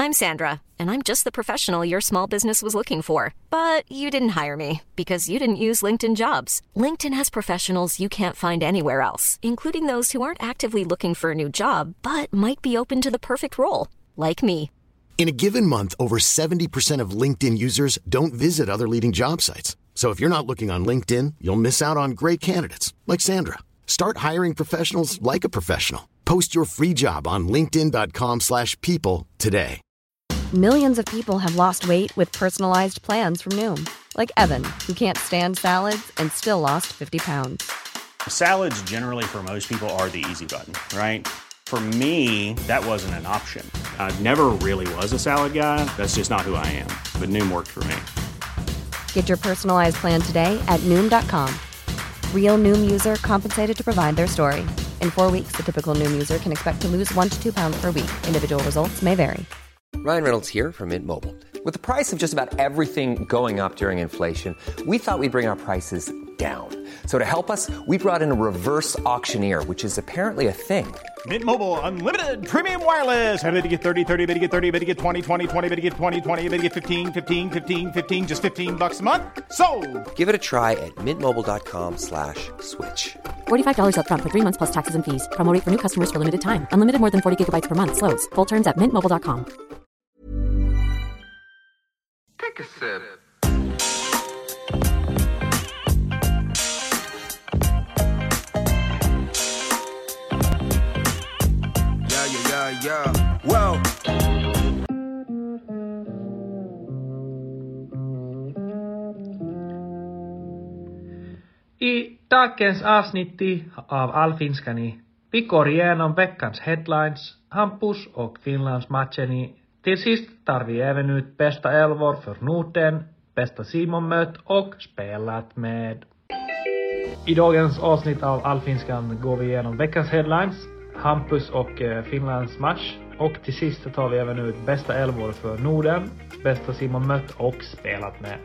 I'm Sandra, and I'm just the professional your small business was looking for. But you didn't hire me because you didn't use LinkedIn Jobs. LinkedIn has professionals you can't find anywhere else, including those who aren't actively looking for a new job, but might be open to the perfect role, like me. In a given month, over 70% of LinkedIn users don't visit other leading job sites. So if you're not looking on LinkedIn, you'll miss out on great candidates like Sandra. Start hiring professionals like a professional. Post your free job on linkedin.com/people today. Millions of people have lost weight with personalized plans from Noom. Like Evan, who can't stand salads and still lost 50 pounds. Salads generally for most people are the easy button, right? For me, that wasn't an option. I never really was a salad guy. That's just not who I am. But Noom worked for me. Get your personalized plan today at Noom.com. Real Noom user compensated to provide their story. In 4 weeks, the typical Noom user can expect to lose 1 to 2 pounds per week. Individual results may vary. Ryan Reynolds here from Mint Mobile. With the price of just about everything going up during inflation, we thought we'd bring our prices down. So to help us, we brought in a reverse auctioneer, which is apparently a thing. Mint Mobile Unlimited Premium Wireless. How to get 30, 30, bit to get 30, bit to get 20, 20, 20, bit to get 20, 20, bit to get 15, 15, 15, 15, just $15 a month? Sold! Give it a try at mintmobile.com/switch. $45 up front for 3 months plus taxes and fees. Promo rate for new customers for limited time. Unlimited more than 40 gigabytes per month. Slows full terms at mintmobile.com. Take a sip. Yeah. Wow. I dagens avsnitt av Allfinskani vi går igenom veckans headlines, Hampus och Finlands matchen. Till sist tar vi även ut bästa elvor för Norden, bästa Simon-möt och spelat med. I dagens avsnitt av Allfinskan går vi igenom veckans headlines, Hampus och Finlands match. Och till sist tar vi även ut bästa elvor för Norden, bästa Simon-möt och spelat med.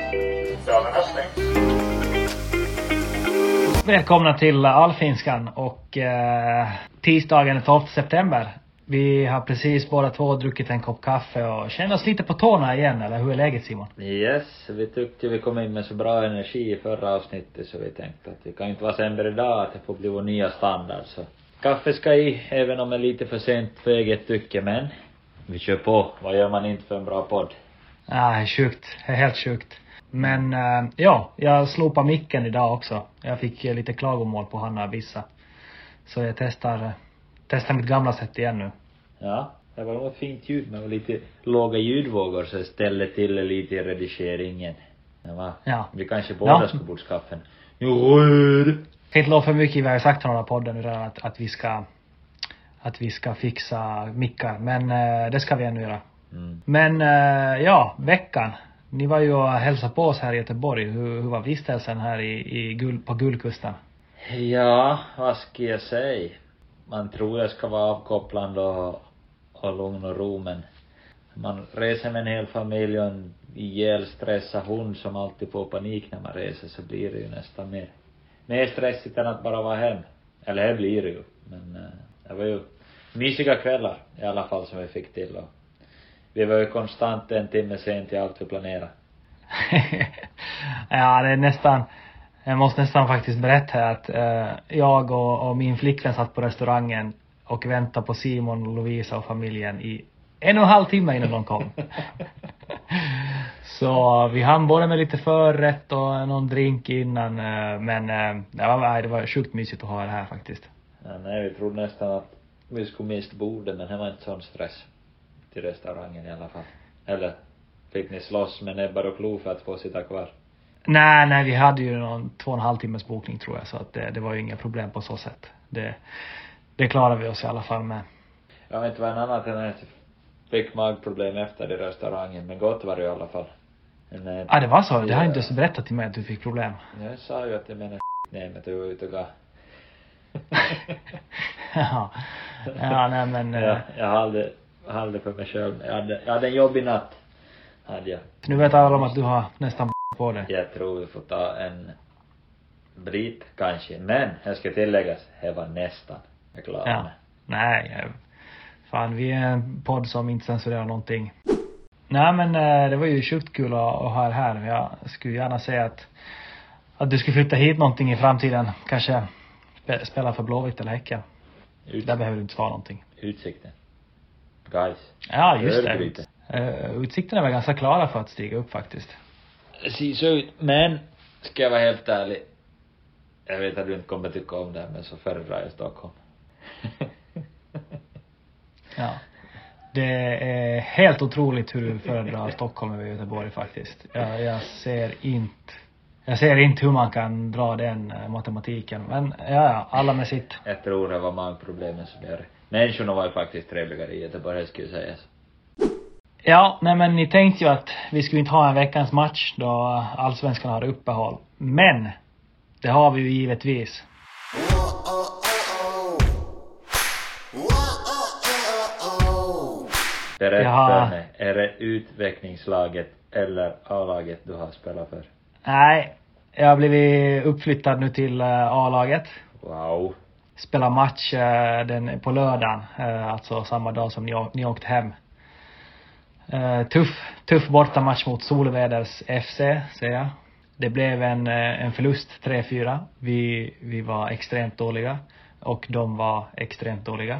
Välkomna till Allfinskan och tisdagen den 12 september. Vi har precis båda två druckit en kopp kaffe och känner oss lite på tårna igen, eller hur är läget, Simon? Yes, vi tyckte vi kom in med så bra energi i förra avsnittet så vi tänkte att vi kan inte vara sämre idag, att det får bli vår nya standard. Så kaffe ska i, även om det är lite för sent för eget tycke, men vi kör på. Vad gör man inte för en bra podd? Sjukt, helt sjukt. Men ja, jag slopar micken idag också. Jag fick lite klagomål på Hanna och vissa. Så jag testar mitt gamla sätt igen nu. Ja, det var nog ett fint ljud med lite låga ljudvågor så ställer till lite i redigeringen. Ja. Vi kanske båda ska bort skaffen. Kan inte lova för mycket, vi har sagt i några podden redan att vi ska fixa mickar. Men det ska vi ännu göra. Men ja, veckan. Ni var ju och hälsade på oss här i Göteborg. Hur var vistelsen här på Guldkusten? Ja, vad ska jag säga? Man tror jag ska vara avkopplande och lugn och ro, men man reser med en hel familj och en ihjälstressad hund som alltid får panik när man reser, så blir det ju nästan mer stressigt än att bara vara hem. Eller det blir det ju, men det var ju mysiga kvällar i alla fall som vi fick till, och vi var ju konstant en timme sent till allt vi planerade. Ja, det är nästan, jag måste nästan faktiskt berätta här att jag och min flickvän satt på restaurangen och väntade på Simon, Lovisa och familjen i 1,5 timme innan de kom. Så vi hann både med lite förrätt och någon drink innan, men det var sjukt mysigt att ha det här faktiskt. Ja, nej, vi trodde nästan att vi skulle mista bordet, men det var inte sån stress till restaurangen i alla fall. Eller fick ni slåss med näbbar och klor för att få sitta kvar? Nej, vi hade ju någon 2,5 timmars bokning tror jag, så att det var ju inga problem på så sätt. Det klarar vi oss i alla fall med. Jag vet inte vad en annan än att fick magproblem efter i restaurangen, men gott var det i alla fall. Men, det var så? Det har inte så berättat till mig att du fick problem. Jag sa ju att jag menar nej, men du var ute och gav. Ja, nej men jag hade för mig själv. Jag hade en jobbig natt. Hade jag. Nu vet alla om att du har nästan på det. Jag tror vi får ta en brit kanske, men jag ska tilläggas, det var nästan. Jag klarar mig. Nej, Fan, vi är en podd som inte censurerar någonting. Nej, men det var ju sjukt kul att ha er här. Jag skulle gärna säga att du skulle flytta hit någonting i framtiden. Kanske spela för Blåvitt eller Häcken. Där behöver du inte svara någonting. Utsikten. Guys. Ja, just det. Utsikten är väl ganska klara för att stiga upp faktiskt. Det ser så ut. Men, ska jag vara helt ärlig. Jag vet att du inte kommer tycka om det, men så föredrar jag Stockholm. Ja. Det är helt otroligt hur du föredrar Stockholm över Göteborg faktiskt. Jag ser inte hur man kan dra den matematiken. Men ja, alla med sitt. Jag tror det var magproblemen som gör det. Människorna var ju faktiskt trevligare i Göteborg, det skulle sägas. Ja, nej men ni tänkte ju att vi skulle inte ha en veckans match då allsvenskan har uppehåll. Men det har vi ju givetvis. Berätta mig, är det utvecklingslaget eller A-laget du har spelat för? Nej, jag har blivit uppflyttad nu till A-laget. Wow. Spelar match på lördagen, alltså samma dag som ni åkte hem. Tuff bortamatch mot Solveders FC, säger jag. Det blev en förlust 3-4. Vi var extremt dåliga och de var extremt dåliga.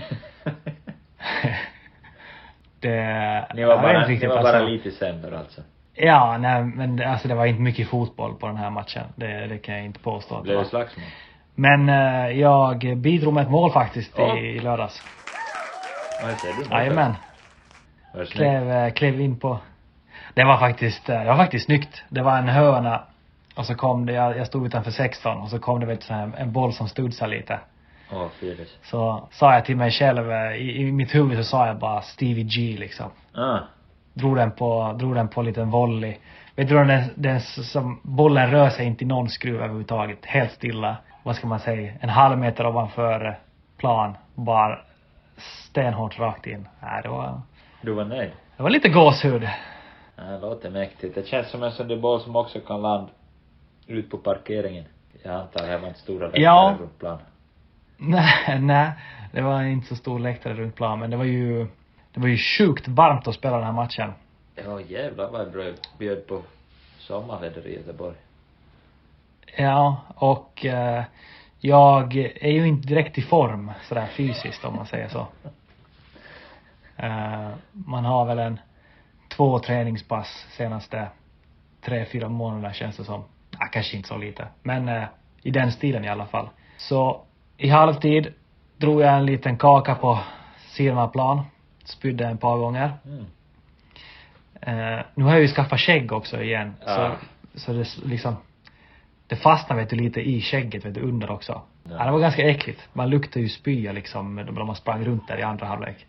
Ni var bara lite sämre alltså. Ja, nej, men alltså det var inte mycket fotboll på den här matchen. Det kan jag inte påstå. Blev det slagsmål? Men jag bidrog med ett mål faktiskt i lördags. Vad säger du? Jajamän. Klev in på. Det var faktiskt snyggt. Det var en hörna. Och så kom det, jag stod utanför 16. Och så kom det väl en boll som studsade lite. Fyrligt. Så sa jag till mig själv, i mitt huvud så sa jag bara Stevie G liksom. Drog den på en liten volley. Vet du, den som bollen rör sig inte i någon skruv överhuvudtaget. Helt stilla. Vad ska man säga? En halv meter ovanför plan. Bara stenhårt rakt in. Nej, Du var nöjd? Det var lite gåshud. Ja, det låter mäktigt. Det känns som en sån där boll som också kan landa ut på parkeringen. Jag antar det var inte stora läktare runt plan. Nej, det var inte så stor läktare runt plan. Men det var ju sjukt varmt att spela den här matchen. Ja, jävlar vad jag bjöd på sommarväder i Göteborg. Ja, och jag är ju inte direkt i form sådär fysiskt om man säger så. Man har väl 2 träningspass senaste 3-4 månader känns det som. Kanske inte så lite. Men i den stilen i alla fall. Så i halvtid drog jag en liten kaka på Sirmaplan. Spydde en par gånger. Nu har jag ju skaffat skägg också igen. Så det liksom, det fastnar vet du lite i skägget vet du under också. Ja, det var ganska äckligt. Man luktar ju spya liksom när man sprang runt där i andra halvlek.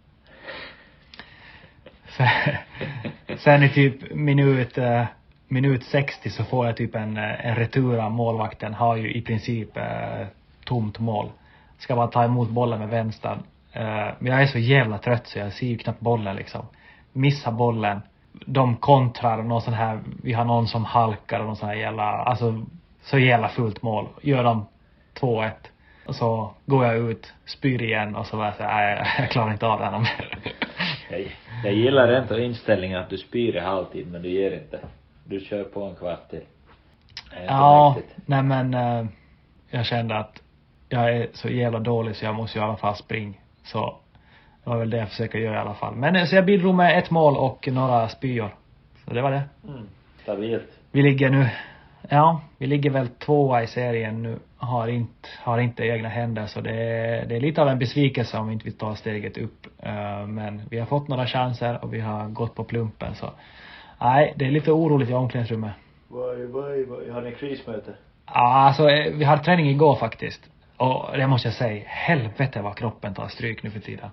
Sen i typ minut 60 så får jag typ en retur av målvakten. Har ju i princip tomt mål. Ska bara ta emot bollen med vänstern. Men jag är så jävla trött så jag ser ju knappt bollen liksom. Missar bollen. De kontrar och någon sån här. Vi har någon som halkar och någon sån här jävla. Alltså så jävla fullt mål. Gör de 2-1. Och så går jag ut. Spyr igen. Och så var jag så här, jag klarar inte av det här mer. Jag gillar inte inställningen att du spyr i halvtid. Men du ger inte. Du kör på en kvart till. Ja, nej men jag kände att jag är så jävla dålig så jag måste ju i alla fall springa. Så det var väl det jag försöker göra i alla fall. Men så jag bidrog med 1 mål och några spyor. Så det var det. Stabilt. Vi ligger väl 2 i serien nu. Har inte egna händer. Så det är lite av en besvikelse om inte vi tar steget upp. Men vi har fått några chanser och vi har gått på plumpen. Så nej, det är lite oroligt i omklädningsrummet. Vad har ni krismöte? Ja, alltså vi hade träning igår faktiskt. Och det måste jag säga, helvete vad kroppen tar stryk nu för tiden.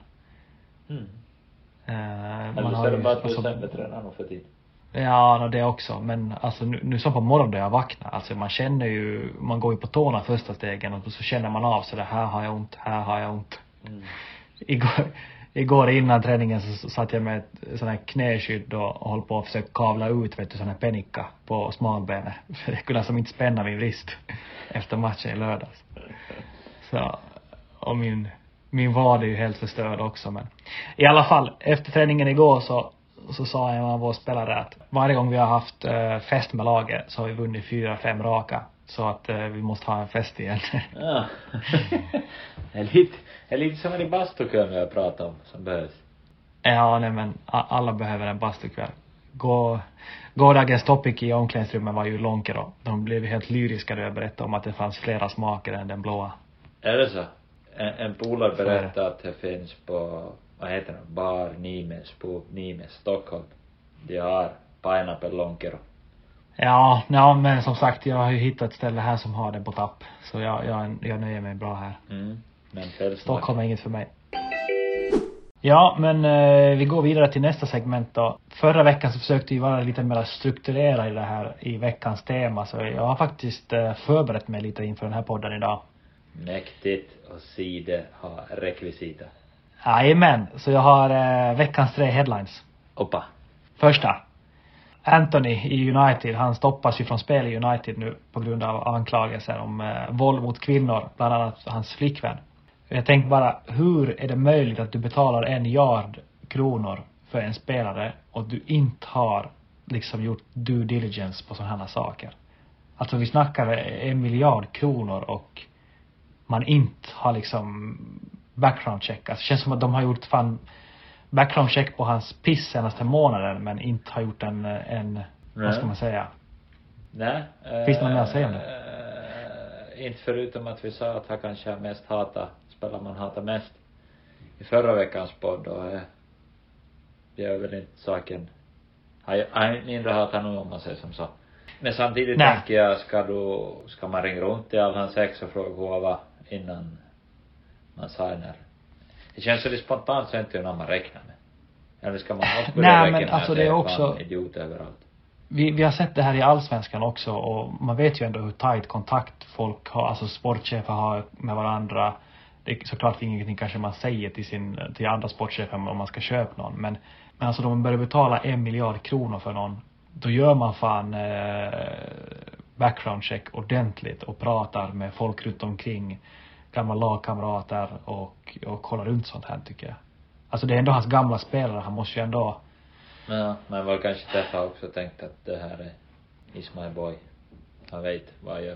Man har ju bara att du sämre tränar nog för tid. Ja, det också. Men alltså nu som på morgonen då jag vaknar. Alltså man känner ju, man går ju på tårna första stegen. Och så känner man av så det här har jag ont. Igår innan träningen så satt jag med ett sån här knäskydd och höll på att försöka kavla ut vet du, sån här penicka på smalbenet. För det kunde som inte spänna min vrist efter matchen i lördags. Så, och min min vardag är ju helt förstörd också. Men i alla fall, efter träningen igår så sa en av våra spelare att varje gång vi har haft fest med laget så har vi vunnit 4-5 raka. Så att vi måste ha en fest igen. Ja. är lite som en bastukväll vi har pratat om som behövs. Ja, nej men alla behöver en bastukväll. Gårdagens topic i omklädningsrummet var ju Lonkero. De blev helt lyriska när jag berättade om att det fanns flera smaker än den blåa. Är det så? En polare berättade att det finns på, vad heter det, bar Nimes på Nimes, Stockholm. De har pineapple Lonkero. Ja, men som sagt, jag har ju hittat ett ställe här som har det på tapp. Så jag nöjer mig bra här. Men Stockholm är inget för mig. Ja, men vi går vidare till nästa segment då. Förra veckan så försökte vi vara lite mer strukturerade i det här i veckans tema. Så jag har faktiskt förberett mig lite inför den här podden idag. Mäktigt och sida har rekvisita. Jajamän, så jag har veckans 3 headlines. Oppa. Första. Anthony i United, han stoppas ju från spel i United nu på grund av anklagelser om våld mot kvinnor, bland annat hans flickvän. Jag tänkte bara, hur är det möjligt att du betalar 1 miljard kronor för en spelare och du inte har liksom gjort due diligence på sådana här saker? Alltså vi snackar 1 miljard kronor och man inte har liksom background check. Alltså det känns som att de har gjort background check på hans piss senaste månaden men inte har gjort en vad ska man säga? Nej. Finns det något mer att säga om det? Inte förutom att vi sa att han kanske mest spelar man hatar mest i förra veckans podd och det är väl inte saken. Han mindre hatar nog om man säger som så. Men samtidigt tänker jag, ska man ringa runt till all hans ex och fråga vad var innan man signar. Det känns så det spontant så inte när man räknar med. Eller ska man också börja räkna med alltså det är också idiot överallt. Vi har sett det här i Allsvenskan också och man vet ju ändå hur tajt kontakt folk har, alltså sportchefer har med varandra. Det är såklart ingenting kanske man säger till andra sportchefer om man ska köpa någon. Men alltså då man börjar betala 1 miljard kronor för någon, då gör man fan background check ordentligt och pratar med folk runt omkring, gamla lagkamrater och kollar runt sånt här tycker jag. Alltså det är ändå hans gamla spelare, han måste ju ändå. Ja, men var kanske därför också tänkt att det här är is my boy. Han vet vad jag gör.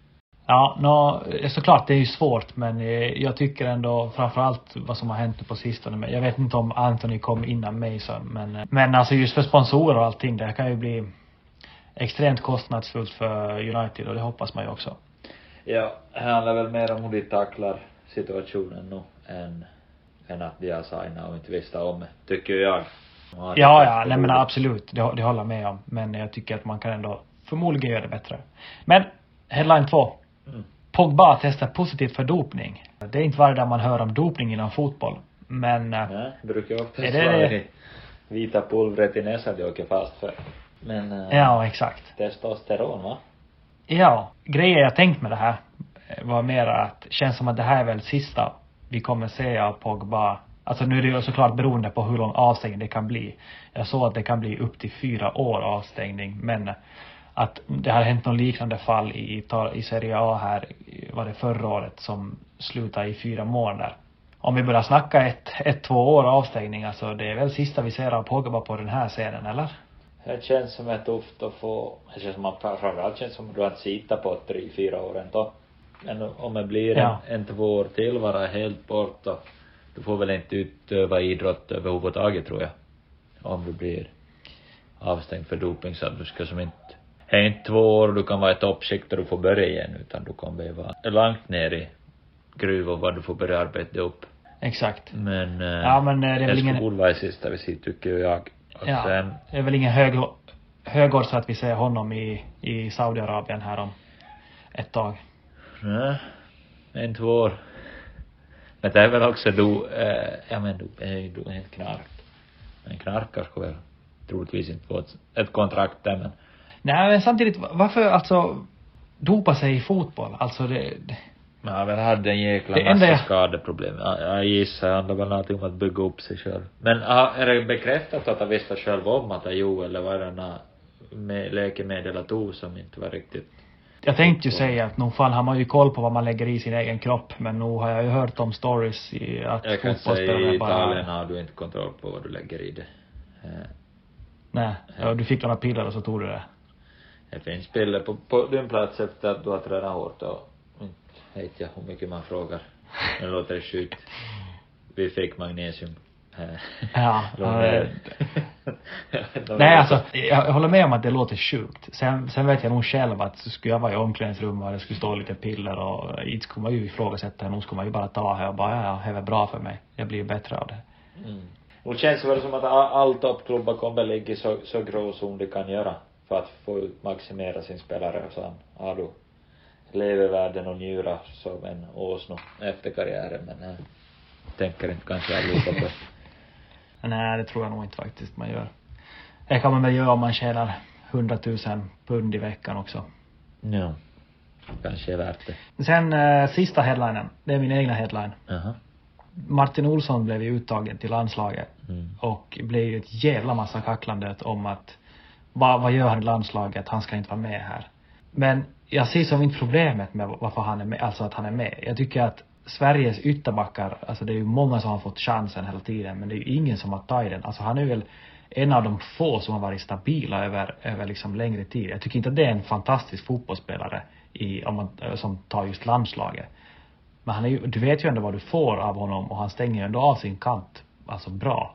Ja, såklart det är ju svårt, men jag tycker ändå framförallt vad som har hänt på sistone. Jag vet inte om Anthony kom innan Mason, men alltså just för sponsorer och allting, det kan ju bli extremt kostnadsfullt för United och det hoppas man ju också. Ja, det handlar väl mer om hur de tacklar situationen nu än att de har signat och inte visste om det, tycker jag. Ja, nej men absolut, det håller jag med om. Men jag tycker att man kan ändå förmodligen göra det bättre. Men, headline 2. Pogba testar positivt för dopning. Det är inte varje dag man hör om dopning inom fotboll. Men nej, det brukar ju ofta vara vita pulvret i näsan de åker fast för. Men ja, exakt. Testosteron, va? Ja, grejer jag tänkt med det här var mer att känns som att det här är väl sista vi kommer se av Pogba. Alltså nu är det ju såklart beroende på hur lång avstängning det kan bli. Jag såg att det kan bli upp till 4 år avstängning. Men att det har hänt någon liknande fall i Serie A här, var det förra året, som slutade i 4 månader. Om vi börjar snacka 1-2 år avstängning, alltså det är väl sista vi ser av Pogba på den här scenen, eller? Det känns som ett tufft att få, det känns som man framförallt känns som att du har sitta på 3-4 år ändå. Men om det blir en 2 år till vara helt bort och du får väl inte utöva idrott överhuvudtaget, tror jag. Om du blir avstängd för doping, så att du ska som inte, det är inte 2 år du kan vara i toppskikt och du får börja igen, utan du kommer vara långt ner i gruvan vad du får börja arbeta upp. Exakt. Men det är väl ingen skolvar i sista vi ser, tycker jag. Och sen, det är väl ingen högår så att vi ser honom i Saudiarabien här om ett tag. Nej, 1-2 år. Men det är väl också du är helt knarkt. En knarkar ska väl troligtvis inte få ett kontrakt där, men. Nej, men samtidigt, varför alltså dopa sig i fotboll? Alltså det men han väl hade en jäkla massa skadeproblem. Jag gissar det handlar väl någonting om att bygga upp sig själv. Men är det bekräftat att han visste själv om att det eller var det med läkemedel att som inte var riktigt Jag tänkte ju säga att nog fan har man ju koll på vad man lägger i sin egen kropp. Men nog har jag ju hört om stories i att jag kan säga i bara... Italien har du inte kontroll på vad du lägger i det. Nej, ja, du fick några piller och så tog du det. Det finns piller på din plats efter att du har tränat hårt och inte vet jag hur mycket man frågar. Det låter sjukt. Vi fick magnesium. Ja. Nej, alltså jag håller med om att det låter sjukt. Sen vet jag nog själv att skulle jag vara i omklädningsrum och det skulle stå lite piller och inte skulle man ju ifrågasätta det. Nog skulle man ju bara ta här och bara ja, det är bra för mig. Jag blir bättre av det. Och det känns väl som att all toppklubbar kommer ligga så grå som de kan göra för att få maximera sin spelare. Och så har du levervärden och njura som en åsno efter karriären, men tänker inte kanske allihopa på. Nej, det tror jag nog inte faktiskt man gör. Det kan man väl göra om man tjänar 100 000 pund i veckan också. Ja, kanske är värt det. Sen sista headlinen, det är min egna headline. Martin Olsson blev ju uttagen till landslaget och blev ju ett jävla massa kacklandet om att vad gör han i landslaget, han ska inte vara med här. Men jag ser som inte problemet med varför han är med, alltså att han är med. Jag tycker att Sveriges ytterbackar, alltså det är ju många som har fått chansen hela tiden, men det är ju ingen som har tagit den. Alltså han är väl en av de få som har varit stabila över liksom längre tid. Jag tycker inte att det är en fantastisk fotbollsspelare som tar just landslaget. Men han är ju, du vet ju ändå vad du får av honom och han stänger ju ändå av sin kant, alltså bra.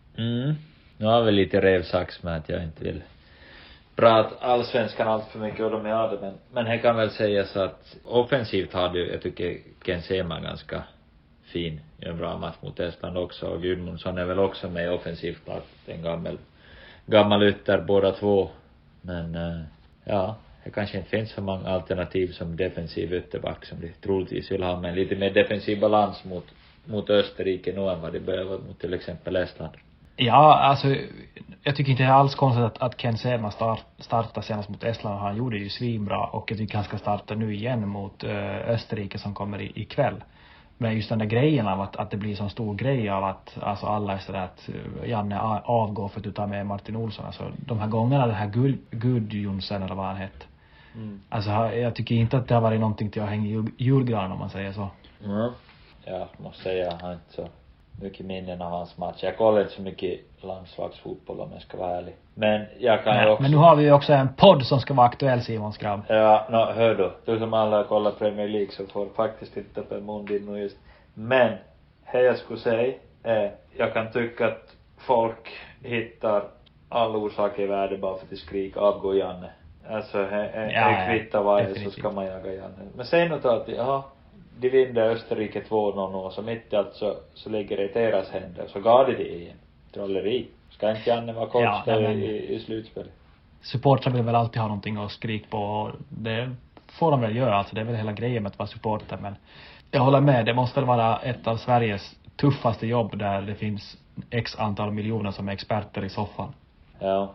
Nu har vi lite revsax med att jag inte vill prata allsvenskan allt för mycket och de jag hade, men här kan väl säga så att offensivt hade jag tycker Ken Sema ganska fin i en bra match mot Estland också, och Gudmundsson är väl också med offensivt, en gammal ytter båda två, men ja, det kanske inte finns så många alternativ som defensiv ytterback som de troligtvis vill ha, men lite mer defensiv balans mot Österrike nu än vad de behöver mot till exempel Estland. Ja, alltså jag tycker inte det är alls konstigt att Ken Sema startar senast mot Estland. Han gjorde ju svinbra och jag tycker han ska starta nu igen mot Österrike som kommer ikväll. Men just den där grejen av att det blir så stor grej av att alltså alla är sådär att Janne avgår för att du tar med Martin Olsson. Alltså de här gångerna, det här Gudjonsson eller vad han hette. Alltså jag tycker inte att det har varit någonting till att hänga i julgran om man säger så. Ja, måste säga jag har inte så mycket minnen av hans match. Jag kollar inte så mycket landslagsfotboll om jag ska vara ärlig. Men jag kan ju också... Men nu har vi ju också en podd som ska vara aktuell, Simons grabb. Ja, hör då. Du som alla kollar Premier League så får faktiskt inte på en måndag nu just. Men, här jag skulle säga jag kan tycka att folk hittar alla orsaker i världen bara för att skrika avgå Janne. Alltså, kvittar varje så ska man jaga Janne. Men säg något att, de vinner Österrike 2-0 och så mitt i allt så ligger det i deras händer. Så gav det igen. Trolleri. Ska inte Janne vara konstig i slutspelet? Supportrar vill väl alltid ha någonting att skrika på och det får de väl göra. Alltså det är väl hela grejen med att vara supporter. Men jag håller med, det måste väl vara ett av Sveriges tuffaste jobb där det finns x antal miljoner som är experter i soffan. Ja,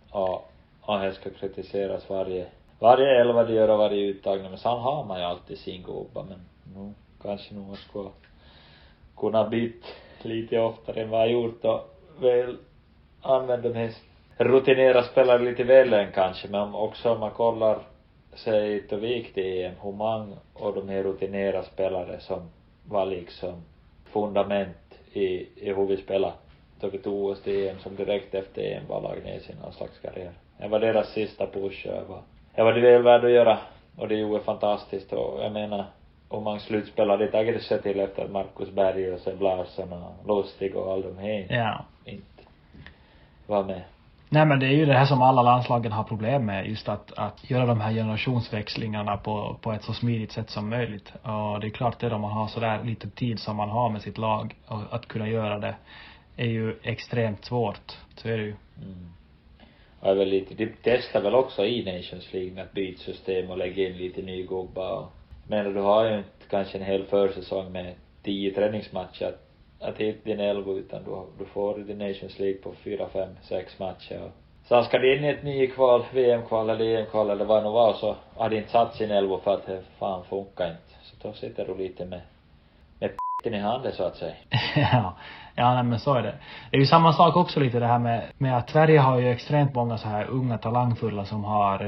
här ska kritiseras varje elva de gör och varje uttagning. Men sen har man ju alltid sin gubba. Men nu kanske nog ska kunna byta lite oftare än vad jag gjort och väl använda de här rutinerade spelare lite väl än kanske, men också om man kollar sig till vikt i EM, hur många och de här rutinerade spelare som var liksom fundament i hur vi spelar. Tagit OS till EM som direkt efter EM var lag ner sin någon slags karriär. Det var deras sista push och jag var det väl värd att göra och det gjorde fantastiskt och jag menar om man slutspelar det tagit sig till efter Marcus Berg och Seb Larsson och Lustig och all de här inte var med. Nej, men det är ju det här som alla landslagen har problem med, just att göra de här generationsväxlingarna på ett så smidigt sätt som möjligt. Och det är klart det om man har så där lite tid som man har med sitt lag och att kunna göra det är ju extremt svårt. Så är det ju. Ja, väl lite. De testar väl också i Nations League med att byta system och lägga in lite ny gubbar. Men du har ju inte kanske en hel försäsong med 10 träningsmatcher att hitta din 11 utan du får din Nations League på 4, 5, 6 matcher. Sen ska det in i ett ny-kval, VM-kval eller EM-kval eller vad det nu var, så hade inte satt sin 11 för att det fan funkar inte. Så då sitter du lite med p***en i handen så att säga. Ja, Ja, nej, men så är det. Det är ju samma sak också lite det här med att Sverige har ju extremt många så här unga talangfulla som har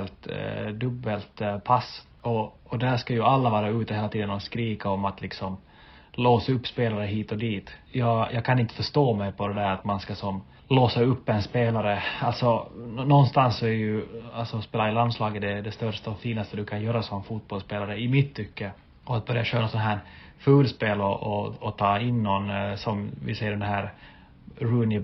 dubbelt pass. Och där ska ju alla vara ute hela tiden och skrika om att liksom låsa upp spelare hit och dit. Jag kan inte förstå mig på det där att man ska som låsa upp en spelare. Alltså någonstans så är ju alltså spela i landslaget det största och finaste du kan göra som fotbollsspelare i mitt tycke. Och att börja köra så här fulspel och ta in någon som vi säger den här Rooney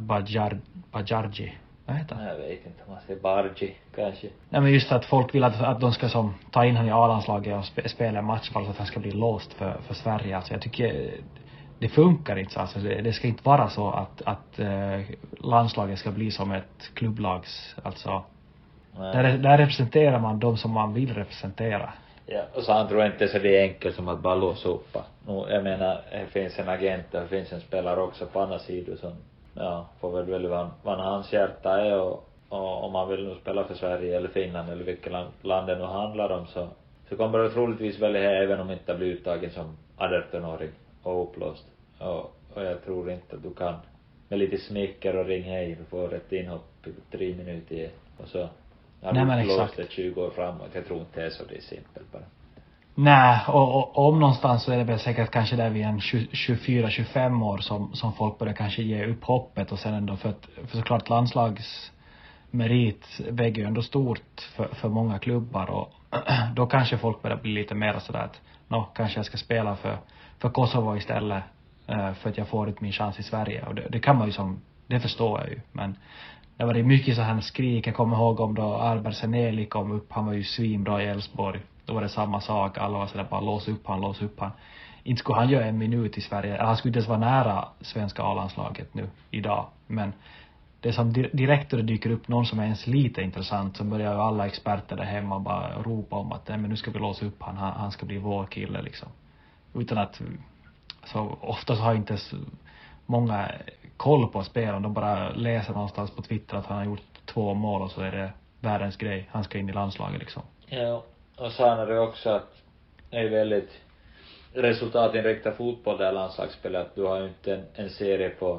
Bajarji. Vad heter han? Jag vet inte om man säger Bargi kanske. Nej, men just att folk vill att de ska som ta in han i A-landslaget och spela en match bara så att han ska bli låst för Sverige. Alltså jag tycker det funkar inte. Alltså det ska inte vara så att landslaget ska bli som ett klubblags. Alltså där representerar man de som man vill representera. Ja, och så han tror inte så det är enkelt som att bara låsa upp. Nu, jag menar, det finns en agent och det finns en spelare också på andra sidor som får väl välja vad hans hjärta är och om man vill nu spela för Sverige eller Finland eller vilket land det nu handlar om så kommer det troligtvis välja även om inte blir uttagen som 18-åring och upplåst. Och jag tror inte att du kan med lite smicker och ring hej och få ett inhopp i 3 minuter och så har du upplåst det 20 år framåt. Jag tror inte det är så, det är simpelt bara. Nej, och om någonstans så är det väl säkert kanske där vid en 24-25 år som folk börjar kanske ge upp hoppet och sen ändå för såklart landslagsmerit väger ju ändå stort för många klubbar och då kanske folk börjar bli lite mer sådär att kanske jag ska spela för Kosovo istället för att jag får ut min chans i Sverige och det kan man ju det förstår jag ju, men det var det mycket så här skrik. Jag kommer ihåg om då Albert Seneli kom upp, han var ju svinbra i Elfsborg. Då var det samma sak, alla var sådär bara lås upp han. Inte skulle han göra en minut i Sverige, han skulle inte ens vara nära svenska A-landslaget nu, idag. Men det som direkt då det dyker upp någon som är ens lite intressant så börjar ju alla experter där hemma bara ropa om att men nu ska vi låsa upp han ska bli vår kille liksom. Utan att, så ofta så har inte många koll på spelen, de bara läser någonstans på Twitter att han har gjort 2 mål och så är det världens grej, han ska in i landslaget liksom. Ja, och sen är det också att det är väldigt resultatinriktad fotboll där landslagsspel, att du har ju inte en serie på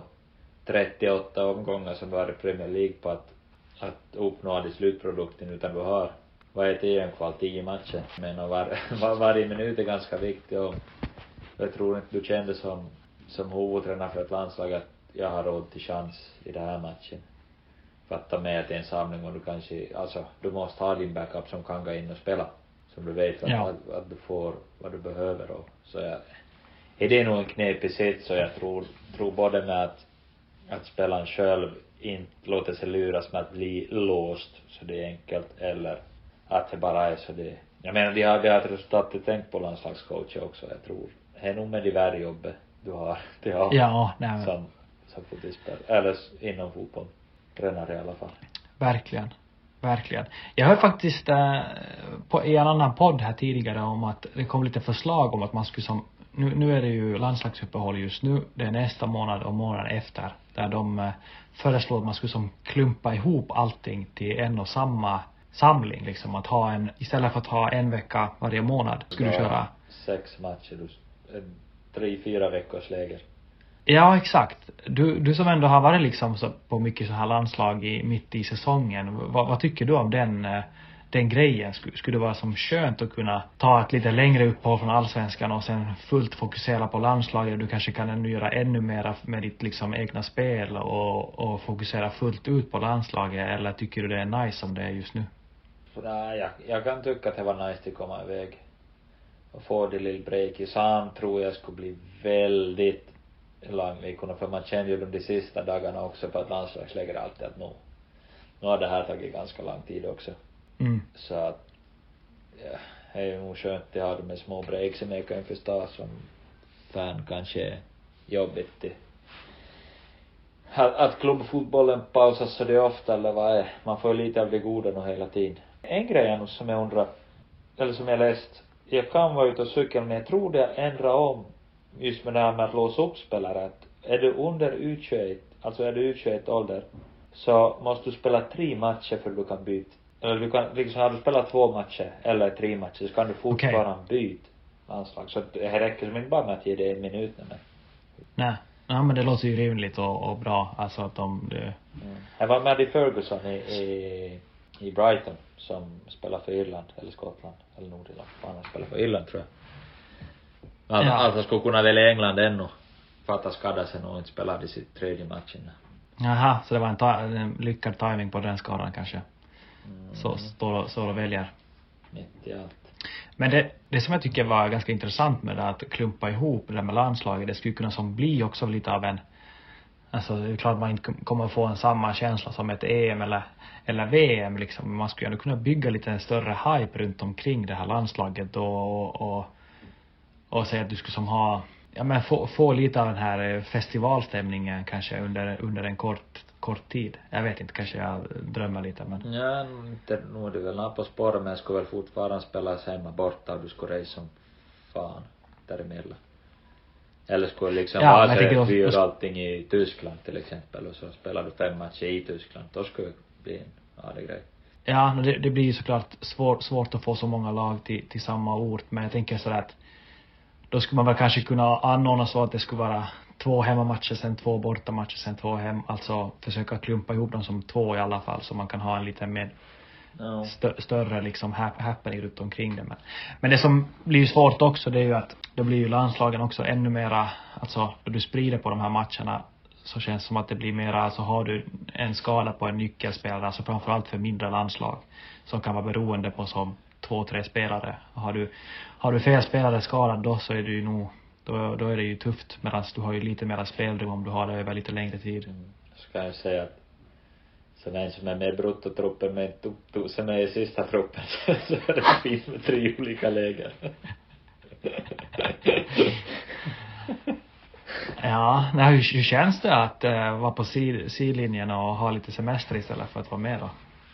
38 omgångar som du har i Premier League på att uppnå den slutprodukten, utan du har en kval 10 matcher, men varje minut är ganska viktig och jag tror inte du kände som huvudtränare för ett landslag att jag har råd till chans i den här matchen för att ta med till en samling och du kanske, alltså du måste ha din backup som kan gå in och spela som du vet att du får vad du behöver och så är det nog en knepig sätt, så jag tror både med att spelaren själv inte låter sig luras med att bli låst så det är enkelt, eller att det bara är så det. Jag menar, de har ett resultat till tänkt på landslagscoach också, jag tror. Det är nog med det värre jobbet du har. Som fotbollsspelare, eller inom fotboll. Tränare i alla fall. Verkligen. Jag hör faktiskt i en annan podd här tidigare om att det kom lite förslag om att man skulle som nu är det ju landslagsuppehåll just nu, det är nästa månad och månaden efter, där de föreslår att man skulle som klumpa ihop allting till en och samma samling liksom, att ha istället för att ha en vecka varje månad skulle du köra 6 matcher, 3-4 veckors läger. Ja, exakt. Du som ändå har varit liksom så på mycket så här landslag mitt i säsongen, vad tycker du om den grejen? Skulle det vara som skönt att kunna ta ett lite längre uppehåll från allsvenskan och sen fullt fokusera på landslaget? Du kanske kan göra ännu mer med ditt liksom egna spel och fokusera fullt ut på landslaget, eller tycker du det är nice som det är just nu? Nej, jag kan tycka att det var nice att komma iväg och få det lilla break i Sam. Tror jag skulle bli väldigt långvikande, för man känner ju de sista dagarna också på att landslagsläger alltid att nu har det här tagit ganska lång tid också. Så att det är ju nog skönt att ha de små break som jag kan förstå som fan kanske är jobbigt att klubbfotbollen pausas så det ofta, eller vad är, man får lite av det goda nu hela tiden. En grej som jag undrar, eller som jag läst, jag kan vara ute och cykla, men jag tror det ändrar om just med det här med att låsa upp spelare, att är du under U21, alltså är du U21 ålder, så måste du spela 3 matcher för du kan byta. Eller du kan, liksom har du spelat 2 matcher eller 3 matcher så kan du fortfarande byta landslag. Så det räcker som inte bara med att ge det 1 minut. Nej. Ja, men det låter ju rimligt och bra. Alltså att Jag var med i Ferguson i Brighton som spelar för Irland eller Skottland eller Nordirland. Han spelar för Irland tror jag. Alltså skulle kunna välja England ännu för att han skadade sig och inte spelade i sitt tredje matchen. Jaha, så det var en lyckad timing på den skadan kanske. Så står och väljer. Mitt i allt. Men det som jag tycker var ganska intressant med det, att klumpa ihop det med landslaget, det skulle kunna som bli också lite av en, alltså det är klart man inte kommer få en samma känsla som ett EM eller VM liksom. Man skulle ändå kunna bygga lite en större hype runt omkring det här landslaget och säga att du skulle som ha, ja men få lite av den här festivalstämningen kanske under en kort tid. Jag vet inte, kanske jag drömmer lite men... Ja, inte, nu är det väl på spåret, men jag skulle väl fortfarande spela hemma borta och du skulle resa som fan däremellan. Eller skulle liksom vara så vi gör allting i Tyskland till exempel och så spelar du 5 matcher i Tyskland. Då skulle det bli en arg grej. Ja, det blir ju såklart svårt att få så många lag till samma ort, men jag tänker så att då skulle man väl kanske kunna anordna så att det skulle vara 2 hemmamatcher, sen 2 bortamatcher, sen 2 hem, alltså försöka klumpa ihop dem som 2 i alla fall, så man kan ha en lite mer större liksom happening runt omkring det. Men det som blir svårt också, det är ju att då blir ju landslagen också ännu mera, alltså då du sprider på de här matcherna så känns det som att det blir mera, alltså har du en skada på en nyckelspelare, alltså framförallt för mindre landslag som kan vara beroende på som 2-3 spelare. Har du fel spelare skadad då så är det ju nog då är det ju tufft, medan du har ju lite mer spelrum om du har det över lite längre tid. Så kan jag säga att som en som är med i bruttotruppen med som är i sista truppen så är det fint med 3 olika läger. Ja, hur känns det att vara på sidlinjen och ha lite semester istället för att vara med då?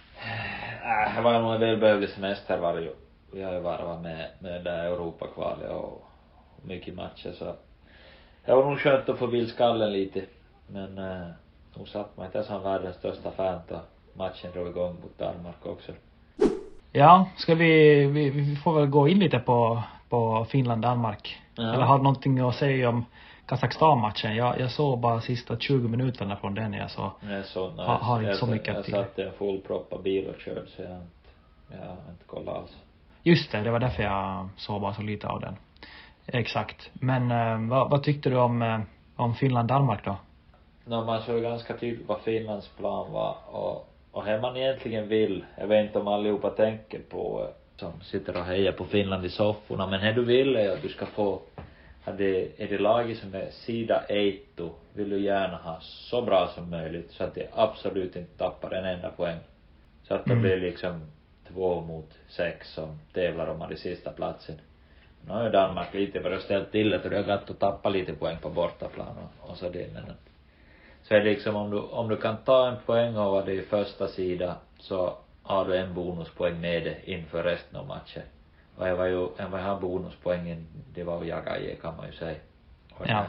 Det var nog en välbehövlig semester var det ju. Vi har ju varit med där Europa-kvalet och mycket matcher, så det var nog skönt att få vildskallen lite, men nog satt man inte som världens största fan då matchen drog igång mot Danmark också. Ja, ska vi får väl gå in lite på Finland-Danmark. Ja. Eller har du någonting att säga om Kazakstan-matchen? Jag såg bara sista 20 minuterna från den. Jag har inte så mycket att jag satt i en fullproppad bil och körde, så jag har inte kollat alls. Just det var därför jag såg bara så lite av den. Exakt. Men vad tyckte du om Finland-Danmark då? Man såg ganska tydligt vad Finlands plan var och här man egentligen vill. Jag vet inte om allihopa tänker på som sitter och hejar på Finland i sofforna, men här du vill är att du ska få är det laget som är sida 1 vill du gärna ha så bra som möjligt så att det absolut inte tappar en enda poäng. Så att det blir liksom 2-6 som tävlar om den sista platsen. Nu har ju Danmark lite bara ställt till det, för det har gått att tappa lite poäng på bortaplan och så det, men så är det liksom om du kan ta en poäng över det i första sida så har du en bonuspoäng med det inför resten av matchen. Och jag har bonuspoängen, det var Jagaje kan man ju säga. Och ja.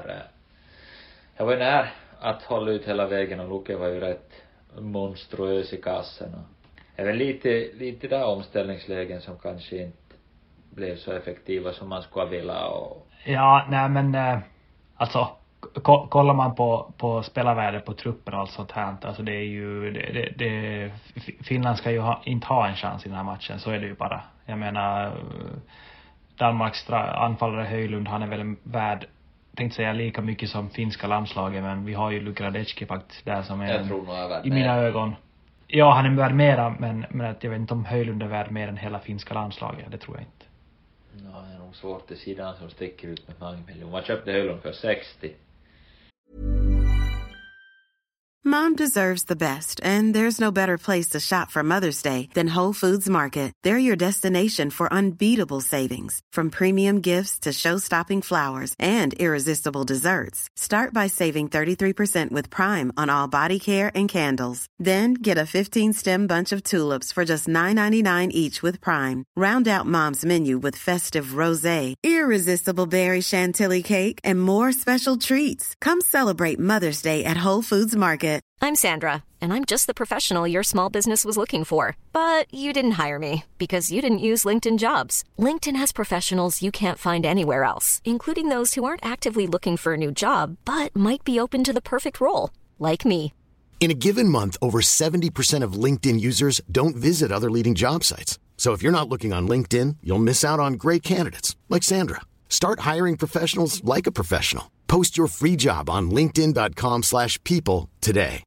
Jag var ju nära att hålla ut hela vägen och Luke var ju rätt monstruös i kassen. Och det är väl lite där omställningslägen som kanske inte blev så effektiva som man skulle vilja. Ja, nej men alltså kollar man på spelarvärde på truppen och allt sånt här, alltså det är ju Finland ska ju inte ha en chans i den här matchen, så är det ju bara. Jag menar Danmarks anfallare Höjlund, han är väl värd, tänkte säga lika mycket som finska landslaget, men vi har ju Luka Radecki faktiskt där som är i mina ögon. Ja, han är värd mera, men att jag vet inte om Höjlund är värd mer än hela finska landslaget, det tror jag inte. Ja, det är nog svårt till sidan som sticker ut med många miljoner. Man köpte Höjlund för 60. Mom deserves the best, and there's no better place to shop for Mother's Day than Whole Foods Market. They're your destination for unbeatable savings, from premium gifts to show-stopping flowers and irresistible desserts. Start by saving 33% with Prime on all body care and candles. Then get a 15-stem bunch of tulips for just $9.99 each with Prime. Round out Mom's menu with festive rosé, irresistible berry chantilly cake, and more special treats. Come celebrate Mother's Day at Whole Foods Market. Market. I'm Sandra, and I'm just the professional your small business was looking for. But you didn't hire me because you didn't use LinkedIn Jobs. LinkedIn has professionals you can't find anywhere else, including those who aren't actively looking for a new job, but might be open to the perfect role, like me. In a given month, over 70% of LinkedIn users don't visit other leading job sites. So if you're not looking on LinkedIn, you'll miss out on great candidates like Sandra. Start hiring professionals like a professional. Post your free job on linkedin.com/people today.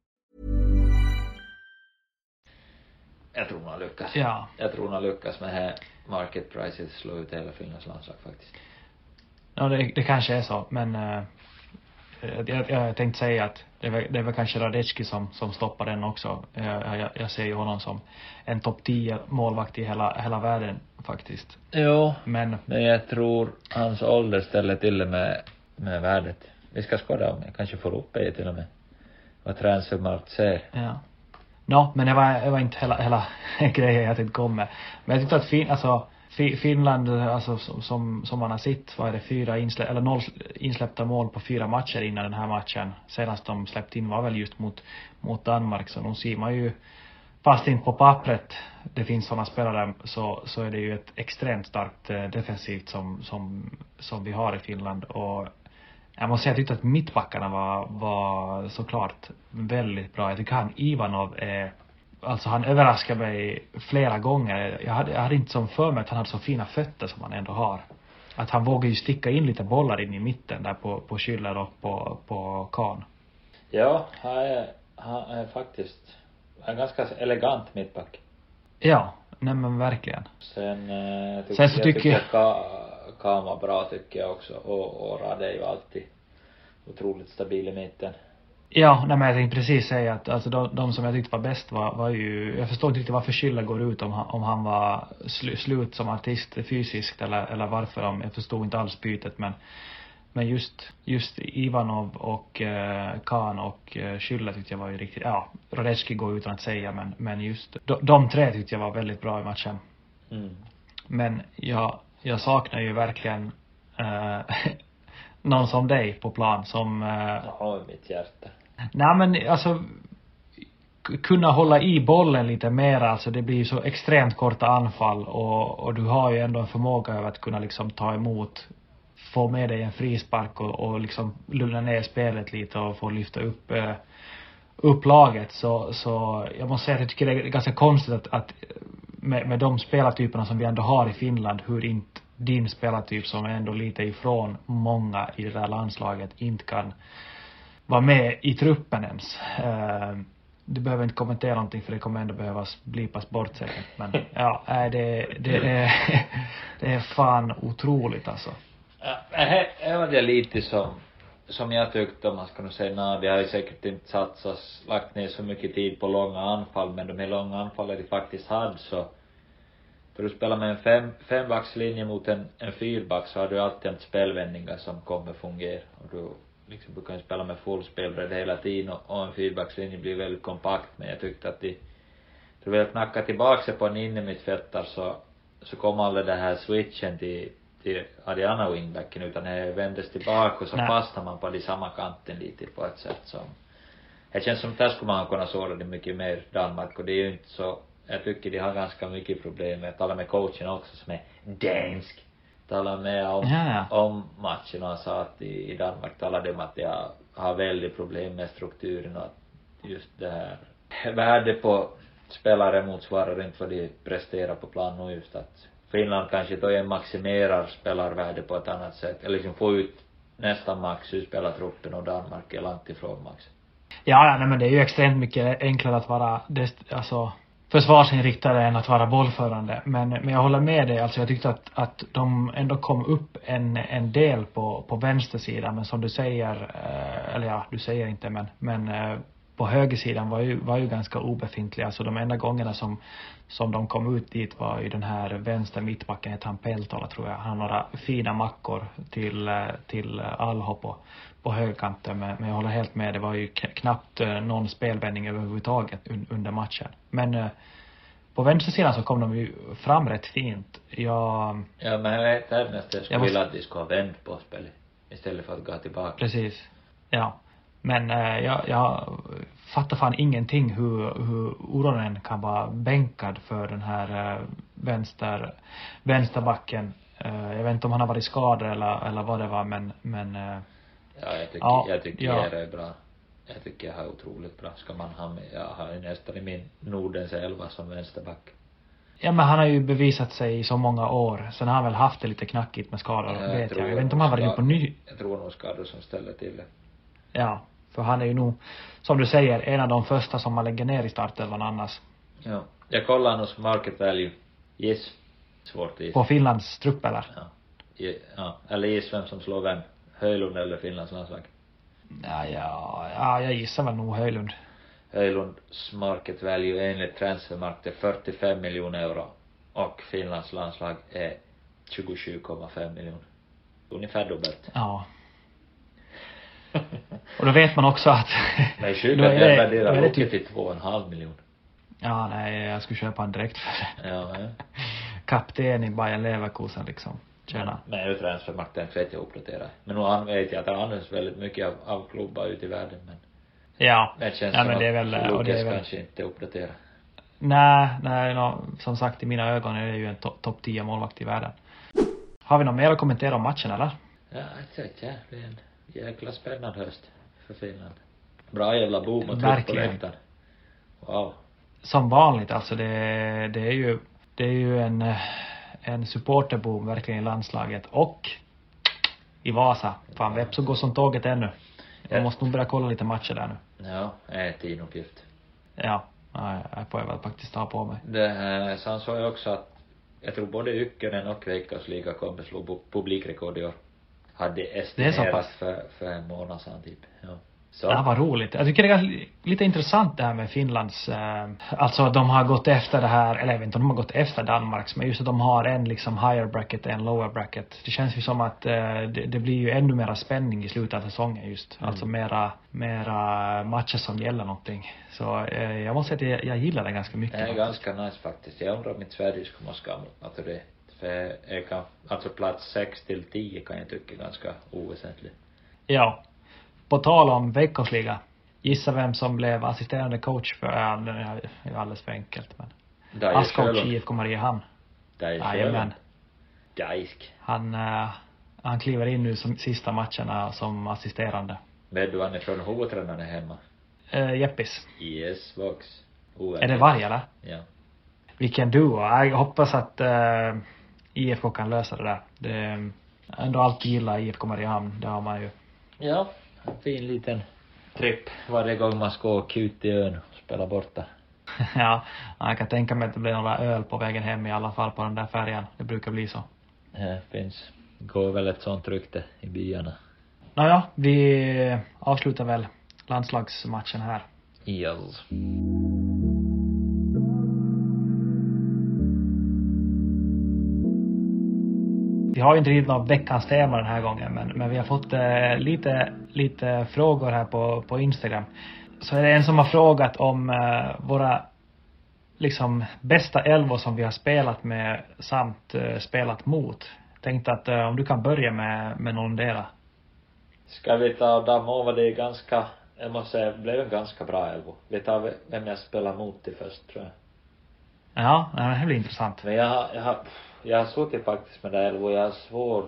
Jag tror man lyckas. Ja. Jag tror man lyckas med här market prices slå ut hela Finlands landslag faktiskt. Ja, det kanske är så, men jag tänkte säga att det är väl kanske Radecki som stoppar den också. Jag ser ju honom som en topp 10 målvakt i hela världen faktiskt. Jo, men jag tror hans ålder ställer till med värdet. Vi ska skåda om jag kanske får upp det till och med. Vad transfermarkt ser. Ja. Men det var inte hela grejen jag tänkte komma. Men jag tyckte att Finland, alltså som man har sett, var det 0 insläppta mål på 4 matcher innan den här matchen. Senast de släppte in var väl just mot Danmark, så de ser man ju, fast inte på pappret det finns sådana spelare, så är det ju ett extremt starkt defensivt som vi har i Finland. Och jag måste säga att jag tyckte att mittbackarna var såklart väldigt bra. Jag tycker han Ivanov alltså han överraskade mig flera gånger. Jag hade inte som för mig att han hade så fina fötter som han ändå har. Att han vågar ju sticka in lite bollar in i mitten där på Schüller och på Kahn. Ja, han är faktiskt en ganska elegant mittback. Ja, nej men verkligen. Sen tycker jag Kahn var bra tycker jag också. Och Rade är ju alltid otroligt stabil i mitten. Ja, nej men jag tänkte precis säga att alltså de som jag tyckte var bäst var ju, jag förstår inte riktigt varför Schüller går ut om han var slut som artist fysiskt eller varför jag förstod inte alls bytet, men just Ivanov och Kahn och Schüller tyckte jag var ju riktigt, ja, Radecki går utan att säga, men just de tre tyckte jag var väldigt bra i matchen. Men jag saknar ju verkligen någon som dig på plan som har mitt hjärta. Nej men alltså kunna hålla i bollen lite mer, alltså det blir så extremt korta anfall och du har ju ändå en förmåga över att kunna liksom ta emot, få med dig en frispark och liksom lugna ner spelet lite och få lyfta upp laget, så jag måste säga att jag tycker det är ganska konstigt att med de spelartyperna som vi ändå har i Finland, hur inte din spelartyp som är ändå lite ifrån många i det där landslaget inte kan vara med i truppen ens. Du behöver inte kommentera någonting för det kommer ändå behövas blipas bort säkert, men ja, det är fan otroligt alltså. Ja, var det lite som jag tyckte, om man ska nog säga, det har ju säkert inte lagt ner så mycket tid på långa anfall, men de här långa anfallen de faktiskt hade, så för du spelar med en fembackslinje mot en fyrback så har du alltid en spelvändningar som kommer fungera, och du kan spela med full spelbredd hela tiden, och en fyrbackslinje blir väldigt kompakt, men jag tyckte att du vill knacka tillbaka sig på en innermittfältare så kom aldrig det här switchen till Adriana wingbacken, utan det vändes tillbaka och så fastnar man på de samma kanten lite på ett sätt som det känns som att där skulle man kunna såra det mycket mer Danmark, och det är ju inte så. Jag tycker de har ganska mycket problem med att tala med coachen också som är dansk. Tala med om matchen, och han sa att i Danmark talade om att de har väldigt problem med strukturen, och att just det här värde på spelare motsvarar inte vad de presterar på plan, och just att Finland kanske då maximerar spelarvärde på ett annat sätt, eller liksom få ut nästan max ur spelartruppen, och Danmark är långt ifrån max. Ja, nej men det är ju extremt mycket enklare att vara försvarsinriktade än att vara bollförande, men jag håller med dig, alltså jag tyckte att de ändå kom upp en del på vänstersidan, men som du säger, eller ja, du säger inte, men på högersidan var ju ganska obefintliga, så de enda gångerna som de kom ut dit var ju den här vänster mittbacken, heter han Peltola tror jag, han har några fina mackor till Alho på högerkanten, men jag håller helt med, det var ju knappt någon spelvändning överhuvudtaget under matchen, men på vänstersidan så kom de ju fram rätt fint. Ja, men jag vet nästan jag skulle vilja att de skulle ha vänt på spelet istället för att gå tillbaka. Precis, ja. Men jag fattar fan ingenting hur Uronen kan vara bänkad för den här vänsterbacken. Jag vet inte om han har varit skadad eller vad det var, men jag tycker det är bra. Jag tycker jag har otroligt bra. Ska man ha med, jag har ju nästan i min Nordens 11 som vänsterback. Ja, men han har ju bevisat sig i så många år. Sen har han väl haft det lite knackigt med skador, jag vet inte om han var inne på ny. Jag tror nog skador som ställer till det. Ja, för han är ju nog, som du säger, en av de första som man lägger ner i startelvan annars. Ja, jag kollar nog market value. Yes. Svårt is. På Finlands trupp eller? Ja, eller giss vem som slår vem. Höjlund eller Finlands landslag? Ja, jag gissar väl nog Höjlund. Höjlunds market value enligt Transfermarkt är 45 miljoner euro. Och Finlands landslag är 27,5 miljoner. Ungefär dubbelt. Ja. Och då vet man också att nej, Schubert värderar Luke till 2,5 miljoner. Ja, nej, jag skulle köpa han direkt för det. Ja. Kapten i Bayern Leverkusen liksom. Tjena. Men jag Transfermarkten vet jag uppdatera. Men nu vet jag att det används väldigt mycket av klubbar ute i världen. Men ja, det känns men det är väl, och det är väl kanske inte uppdatera. Nej, som sagt i mina ögon är det ju en topp 10 målvakt i världen. Har vi något mer att kommentera om matchen eller? Ja, jag tycker det är en jäkla spännande höst för Finland. Bra jävla boom och tryck på läktaren. Wow. Som vanligt, alltså det är ju en supporterboom verkligen i landslaget och i Vasa. Fan, Vepsu går som tåget ännu. Jag måste nog börja kolla lite matcher där nu. Ja, det är en uppgift. Ja, jag får väl faktiskt ta på mig. Sen sa jag också att jag tror både Ykkönen och Veikkausliiga kommer slå publikrekord i år. Hade estimerat för en månad sedan typ. Ja. Så. Det här var roligt. Jag tycker det är lite intressant det här med Finlands, alltså de har gått efter det här, eller jag vet inte om de har gått efter Danmarks, men just att de har en liksom higher bracket och en lower bracket. Det känns ju som att det blir ju ännu mera spänning i slutet av säsongen just. Alltså mera matcher som gäller någonting. Så jag måste säga att jag gillar det ganska mycket. Det är ganska nice faktiskt. Jag undrar om inte Sverige ska måste alltså det. För jag kan, alltså plats 6-10 kan jag tycka är ganska oväsentligt. Ja. På tal om Veikkausliiga, gissa vem som blev assisterande coach för, det är ju alldeles för enkelt, men Askow IFK Mariehamn. Jajamän. Han kliver in nu som sista matcherna som assisterande. Men du han är från huvudtränaren hemma? Jeppis. Yes, Vox. Är det varje eller? Ja. Vilken duo. Jag hoppas att IFK kan lösa det där. Det är ändå alltid gillar IFK Mariehamn, det har man ju. Ja. En fin liten tripp varje gång man ska åka ut i ön och spela borta. Ja, jag kan tänka mig att det blir några öl på vägen hem i alla fall på den där färjan. Det brukar bli så. Ja, finns. Går väl ett sånt rykte i byarna. Nåja, vi avslutar väl landslagsmatchen här. Yes. Vi har ju inte riktigt någon veckans tema den här gången, men vi har fått lite frågor här på Instagram. Så är det en som har frågat om våra liksom bästa elvor som vi har spelat med samt spelat mot. Tänkte att om du kan börja med någon dera. Ska vi ta Damova, det är ganska, jag måste säga, blev en ganska bra elvo. Vi tar vem jag spelar mot i först, tror jag. Ja, det blir intressant. Men jag har suttit faktiskt med det elvo, jag har svårt.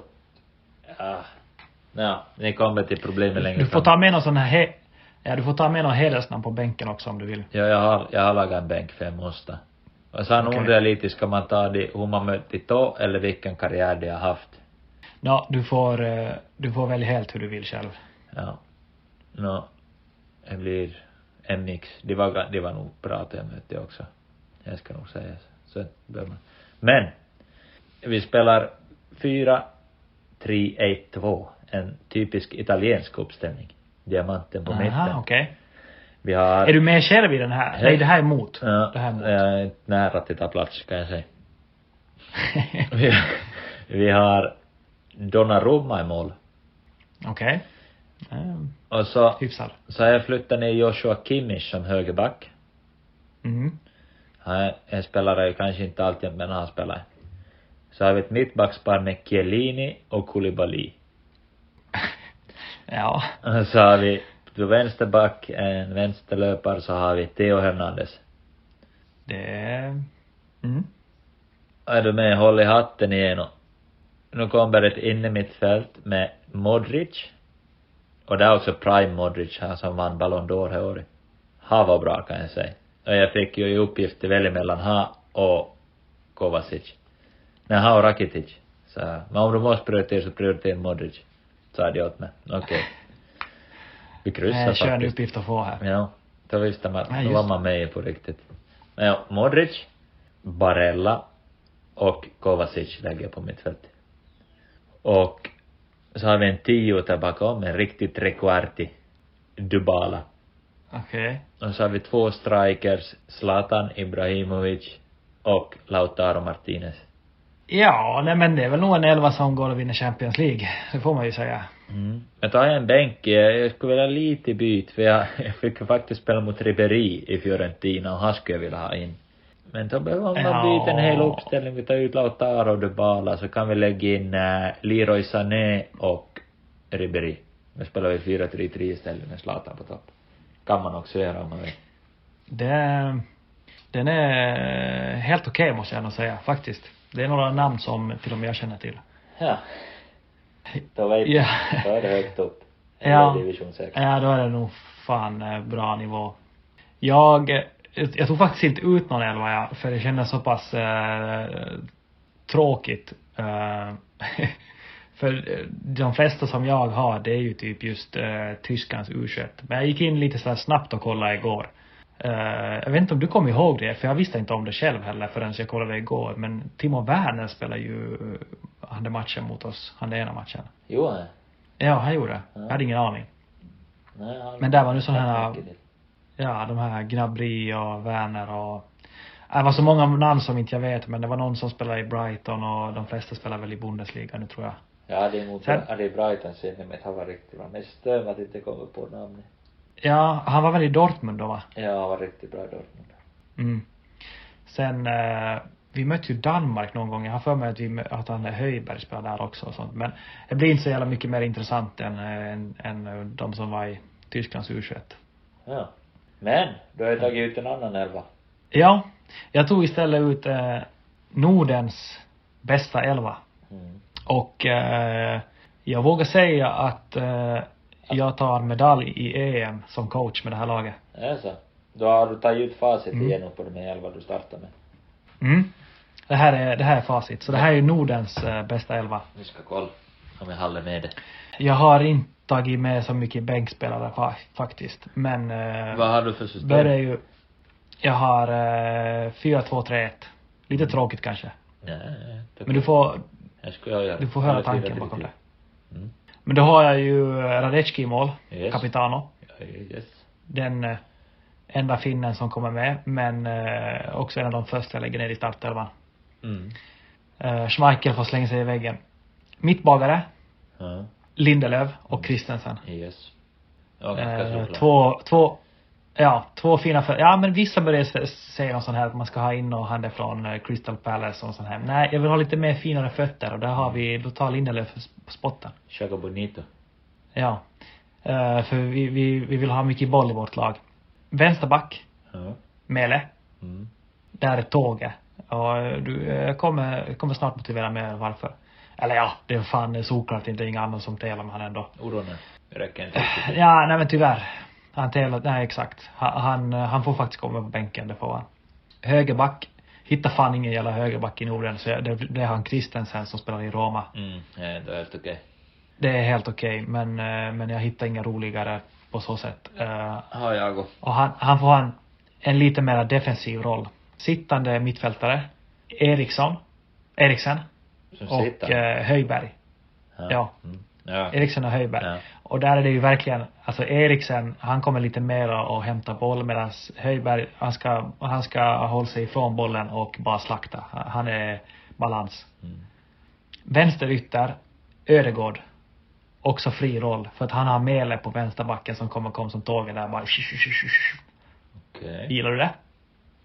Ja, ni kommer till problemet längre. Du får ta med någon sån här du får ta med någon hedersnamn på bänken också om du vill. Ja, jag har lagat en bänk för jag måste. Och sen undrar jag lite, ska man ta det hur man möter då eller vilken karriär de har haft? Ja, du får välja helt hur du vill själv. Ja. Det blir en mix. Det var nog bra att jag mötte också. Jag ska nog säga så. Men vi spelar 4-3-1-2. En typisk italiensk uppställning. Diamanten på mitten. Aha, okej. Vi har... Är du med själv i den här? Nej, det här är mot. Ja, det här är mot. Jag är nära att ta plats, kan jag säga. vi har Donnarumma i mål. Okej. Och så hyfsad. Så har jag flyttat ner Joshua Kimmich som högerback. Han är en spelare kanske inte alltid, men han spelar. Så har vi ett mittbackspar med Chiellini och Koulibaly. Ja. Så har vi Då vänsterback, en vänsterlöpare, så har vi Theo Hernandez. Det är... Är du med? Håll i hatten igen. Nu kommer ett inne mittfält med Modric. Och det är också Prime Modric, han som vann Ballon d'Or här året. Han var bra, kan jag säga. Och jag fick ju i uppgift att välja mellan han och Kovacic. Nej, han och Rakitic. Så, men om du måste prioritera så prioritera Modric. Sa det åt mig. Okej. Vi kryssar faktiskt. Kör en uppgift att få här. Ja, då visste man. Då var man med på riktigt. Men ja, Modric, Barella och Kovacic lägger på mittfältet. Och så har vi en 10 där bakom, en riktigt trekvarti Dybala. Okej. Och så har vi 2 strikers, Zlatan Ibrahimovic och Lautaro Martinez. Ja, nej, men det är väl nog en 11 som går och vinner Champions League. Det får man ju säga. Men tar jag en bänk, jag skulle vilja lite byt, för jag fick faktiskt spela mot Ribéry i Fiorentina och han skulle jag vilja ha in. Men då behöver man byta en hel uppställning. Vi tar ut Lautaro och Dybala, så kan vi lägga in Leroy Sané och Ribéry. Nu spelar vi 4-3-3 istället med Zlatan på topp. Kan man också göra om man vill. Den är helt okej, måste jag nog säga, faktiskt. Det är några namn som till och med jag känner till. Ja. Då vet Ja. Då är det högt upp. Ja, då är det nog fan bra nivå. Jag tog faktiskt inte ut någon 11, för det kändes så pass tråkigt. För de flesta som jag har, det är ju typ just Tysklands U21. Men jag gick in lite så här snabbt och kollade igår. Jag vet inte om du kommer ihåg det, för jag visste inte om det själv heller förrän jag kollade igår. Men Timo Werner spelar ju hade matchen mot oss, hade ena matchen. Jo. Ja, han gjorde det. Jag hade ingen aning. Nej, men där var nu sådana här, ja, de här Gnabry och Werner och det var så många namn som inte jag vet, men det var någon som spelar i Brighton och de flesta spelar väl i Bundesliga nu, tror jag. Ja, det är mot Brighton sen, men han var riktigt bra. Men stöm att inte kommer på namnet. Ja, han var väl i Dortmund då, va? Ja, han var riktigt bra i Dortmund. Sen vi mötte ju Danmark någon gång. Jag har för mig att han är Höjberg spelar där också och sånt. Men det blir inte så jävla mycket mer intressant än de som var i Tysklands U21. Ja. Men du har ju tagit ut en annan 11. Ja, jag tog istället ut Nordens bästa 11. Och jag vågar säga att jag tar medalj i EM som coach med det här laget. Ja, så. Då har du tagit ut facit igenom på de här 11 du startar med. Det här är facit. Så det här är Nordens bästa 11. Vi ska kolla om jag håller med det. Jag har inte tagit med så mycket bänkspelare faktiskt. Men vad har du för system? Jag har 4-2-3-1. Lite tråkigt kanske. Nej, men du får höra tanken bakom det. Men då har jag ju Radecki i mål. Yes. Capitano. Yes. Den enda finnen som kommer med. Men också en av de första jag lägger ner i startelvan. Schmeichel får slänga sig i väggen. Mittbagare. Lindelöf och Christensen. Yes. Två fina ja, men vissa börjar säga något sånt här att man ska ha in och han är från Crystal Palace och sånt här. Nej, jag vill ha lite mer finare fötter, och där har vi, då tar Lindelöf på spotten. Chago Bonito. Ja. För vi vill ha mycket boll i vårt lag. Vänsterback. Mele. Där är Tåge. Och du kommer snart motivera med varför. Eller ja, det är fan såklart inte inga andra som tävlar med han ändå. Oronen räcker inte. Ja, nej men tyvärr. Han tävlar, nej exakt. Han får faktiskt komma på bänken, det får han. Högerback. Hittar fan ingen jävla högerback i Norden, så det är han Christensen som spelar i Roma. Ja, det är helt okej. Det är helt okej, men jag hittar inga roligare på så sätt. Och han får ha en lite mer defensiv roll. Sittande mittfältare. Eriksen och Höjberg. Ja. Eriksen och Höjberg. Ja. Och där är det ju verkligen, alltså Eriksen, han kommer lite mer och hämta boll, medan Höjberg, han ska hålla sig ifrån bollen och bara slakta. Han är balans. Vänsterytter, Ödegård. Också fri roll, för att han har Mele på vänsterbacken som kommer som tågen där bara. Okej. Gillar du det?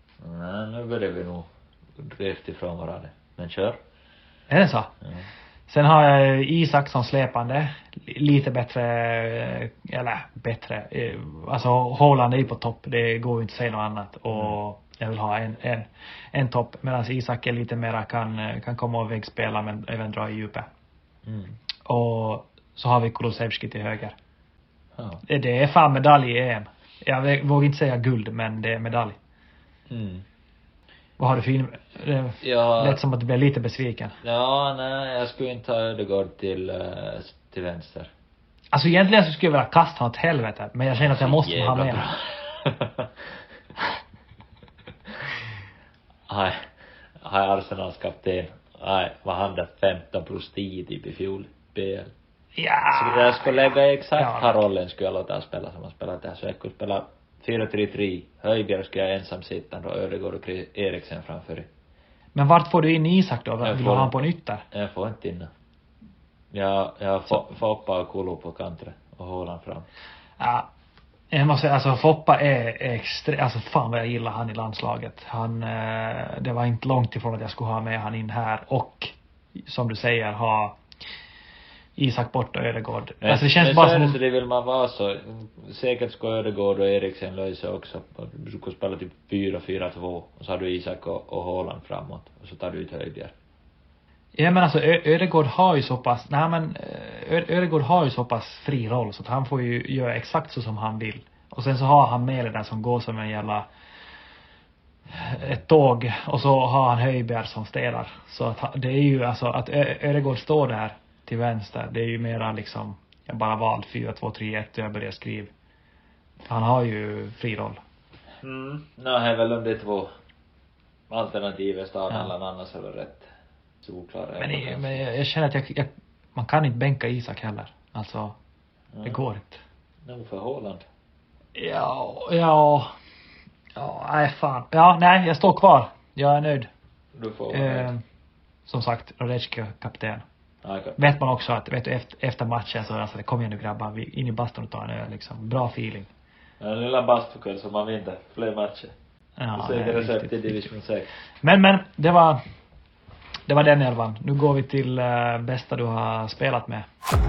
Nej, nu börjar vi nog drift ifrån varandra. Men kör. Är det så? Ja. Sen har jag Isak som släpande. Lite bättre, eller bättre. Alltså Haaland är ju på topp. Det går ju inte att säga något annat. Och jag vill ha en topp. Medan Isak är lite mera kan komma och vägspela men även dra i djupet. Och så har vi Kulusevski till höger. Det är fan medalj i EM. Jag vågar inte säga guld, men det är medalj. Vad har du för lätt som att du blir lite besviken. Ja, nej, jag skulle inte ta Ödegaard till vänster. Alltså egentligen så skulle jag vilja kasta honom åt helvete, men jag känner att jag måste ha med. Nej, Arsenals kapten. Nej, vad han där 15 plus 10 typ i fjol BL. Ja. Så jag skulle lägga exakt här rollen skulle jag låta spela som han spelat där. Så jag skulle spela 4-3-3. Höjbjerg skulle jag ensam sitta och Ödegaard och Eriksen framför. Men vart får du in Isak då? Vill du ha han på en ytter? Jag får inte in. Jag Foppa och Kulu på kantre och Haaland fram. Ja. Jag måste säga, alltså Foppa är alltså fan vad jag gillar han i landslaget. Han, det var inte långt ifrån att jag skulle ha med han in här. Och som du säger, ha Isak bort och Ödegaard. Alltså det känns bara som... Så det vill man vara så. Säkert ska Ödegaard och Eriksen lösa också. Du ska spela typ 4-4-2. Och så har du Isak och Haaland framåt. Och så tar du ut Höjbjerg. Ja men alltså Ödegaard har ju så pass... Nej men Ödegaard har ju så pass fri roll. Så att han får ju göra exakt så som han vill. Och sen så har han med det där som går som en jävla... ett tåg. Och så har han Höjbjerg som städar. Så att det är ju alltså att Ödegaard står där till vänster. Det är ju mera liksom... Jag bara valt 4-2-3-1 och jag börjar skriva. Han har ju fri roll. Nej, det är väl om det är 2 alternativ staden eller annars är det rätt oklara. Men jag känner att man kan inte bänka Isak heller. Alltså, det går inte. Nog för Haaland. Ja, nej fan. Ja, nej, jag står kvar. Jag är nöjd. Du får som sagt, Rodecki kapten. Okay. Vet man också att efter matchen så alltså, det kommer ju nu grabbar vi in i bastun och tar en öl liksom. Bra feeling. Ja, en lilla bastukväll som man vinner fler matcher. Ja, så är det recept i Division 6. Men det var den elvan. Nu går vi till bästa du har spelat med.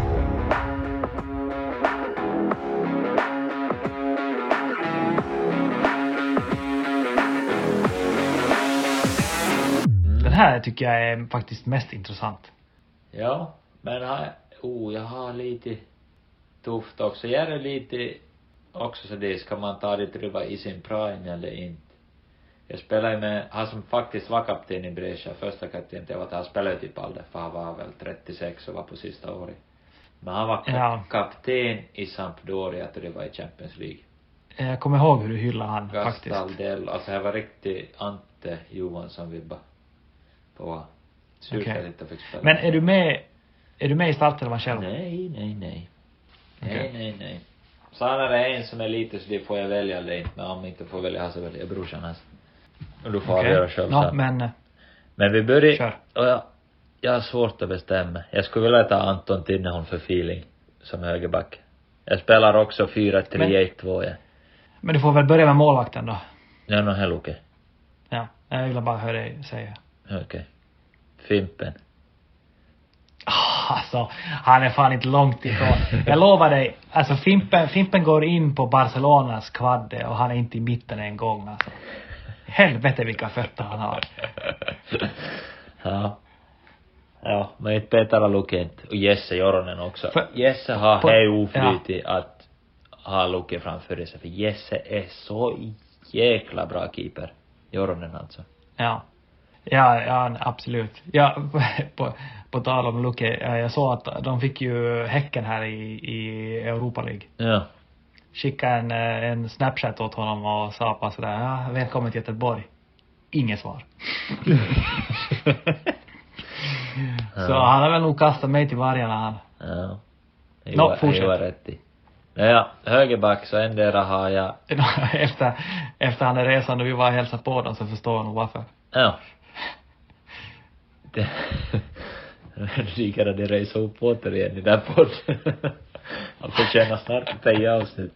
Den här tycker jag är faktiskt mest intressant. Ja, men jag har lite tufft också. Jag är lite också så det ska man ta det truva i sin prime eller inte. Jag spelade med han som faktiskt var kapten i Brescia, första kapten till att han spelade typ aldrig, för han var väl 36 och var på sista året. Men han var kapten i Sampdoria att det var i Champions League. Jag kommer ihåg hur du hyllar han faktiskt. Gastaldel, alltså jag var riktigt Ante Johansson vibba på okay. Men är du med i starten själv? Nej. Okay. Nej. Så han är en som är lite så det får jag välja eller inte. Men om inte får välja så väljer jag brorsan hans. Och du får avgöra själv så. Men vi börjar. Och jag har svårt att bestämma. Jag skulle vilja ta Anton Tinneholm för feeling som högerback. Jag spelar också 4-3-1-2. Ja. Men du får väl börja med målvakten då? Ja, helt okej. Ja, jag vill bara höra dig säga. Okej. Fimpen. Alltså, han är fan inte långt ifrån. Jag lovar dig, alltså Fimpen går in på Barcelonas kvadde och han är inte i mitten en gång alltså. Helvete vilka fötter han har. Ja, men inte Peter Lukent och Jesse Joronen också. Jesse har hej oflyt att ha Luke framför sig, för Jesse är så jäkla bra keeper. Joronen alltså. Ja, absolut. Ja, på tal om Luke, jag såg att de fick ju Häcken här i Europa League. Ja. Skickade en Snapchat åt honom och sa bara sådär, välkommen till Göteborg. Inget svar. Så han har väl nog kastat mig till vargarna han. Ja. Fortsätt. Rätt i. Ja, högerback så ändera har jag. Efter han är resan och vi var hälsa på dem så förstår jag nog varför. Ja. Det ligger det resa upp återigen i den podden. Han får känna snart 10 avsnitt.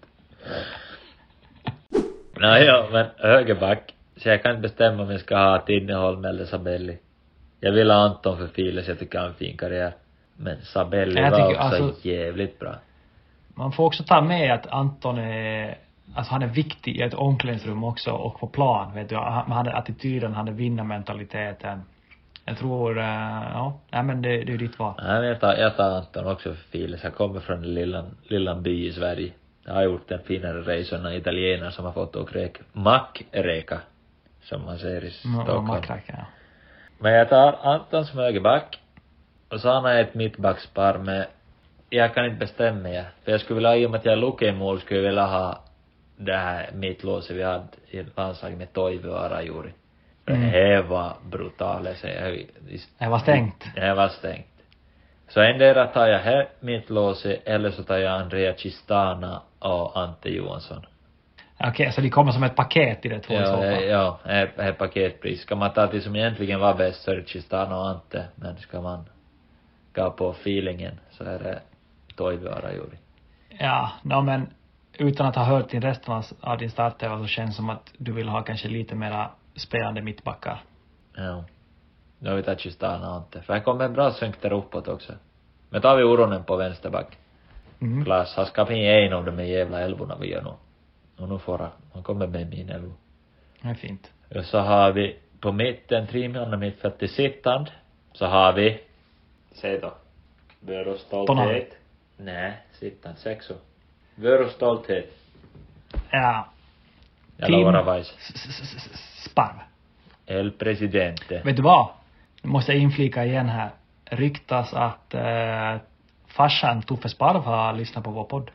Ja, men högerback. Så jag kan inte bestämma om jag ska ha Tinneholm eller Sabelli. Jag vill ha Anton för Files, jag tycker han har en fin karriär. Men Sabelli var också jävligt bra. Man får också ta med att Anton han är viktig i ett omklädningsrum också och på plan, vet du. Han hade attityden, han hade vinnarmentaliteten. Jag tror, men det är ditt val. Jag tar Anton också för Files. Jag kommer från en lilla by i Sverige. Jag har gjort en finare resa än italienare som har fått åka mackreka, som man säger i Stockholm. Mackreka, ja. Men jag tar Anton som högerback. Och så har han ett mittbackspar med, jag kan inte bestämma mig. För jag skulle vilja, i och med att jag luckar i mål, skulle jag vilja ha det här mittlåset vi hade i landslaget med Toivo och Arajuri. Det var brutalt. Det var stängt. Det var stängt. Så endera tar jag här mittlåset, eller så tar jag Andrea Cistana och Ante Johansson. Okej, så de kommer som ett paket i det två i så fall. Ja, ett paketpris. Ska man ta det som egentligen var bäst, så är det Cistana och Ante. Men ska man gå på feelingen, så är det Toivo och Arajuri. Ja, men utan att ha hört din resten av din startelva så känns det som att du vill ha kanske lite mera spelande mittbackar. Ja. Nu har vi tagit Cistana och Ante. För här kommer en bra synk där uppåt också. Men tar vi Oronen på vänsterback. Klass, han ska bli en av de jävla älvorna vi gör nu. Och nu får han kommer med min älv. Det är fint. Och så har vi på mitten, 3 månader mittfält i Sittand. Så har vi, säg då, Vörå Stolthet. Nej, Sittand, 6 år. Vörå Stolthet. Ja. Jag lovar avvajs. Sparv. El Presidente. Vet du vad? Nu måste jag inflika igen här. Ryktas att farsan Tuffe Sparv har lyssnat på vår podd.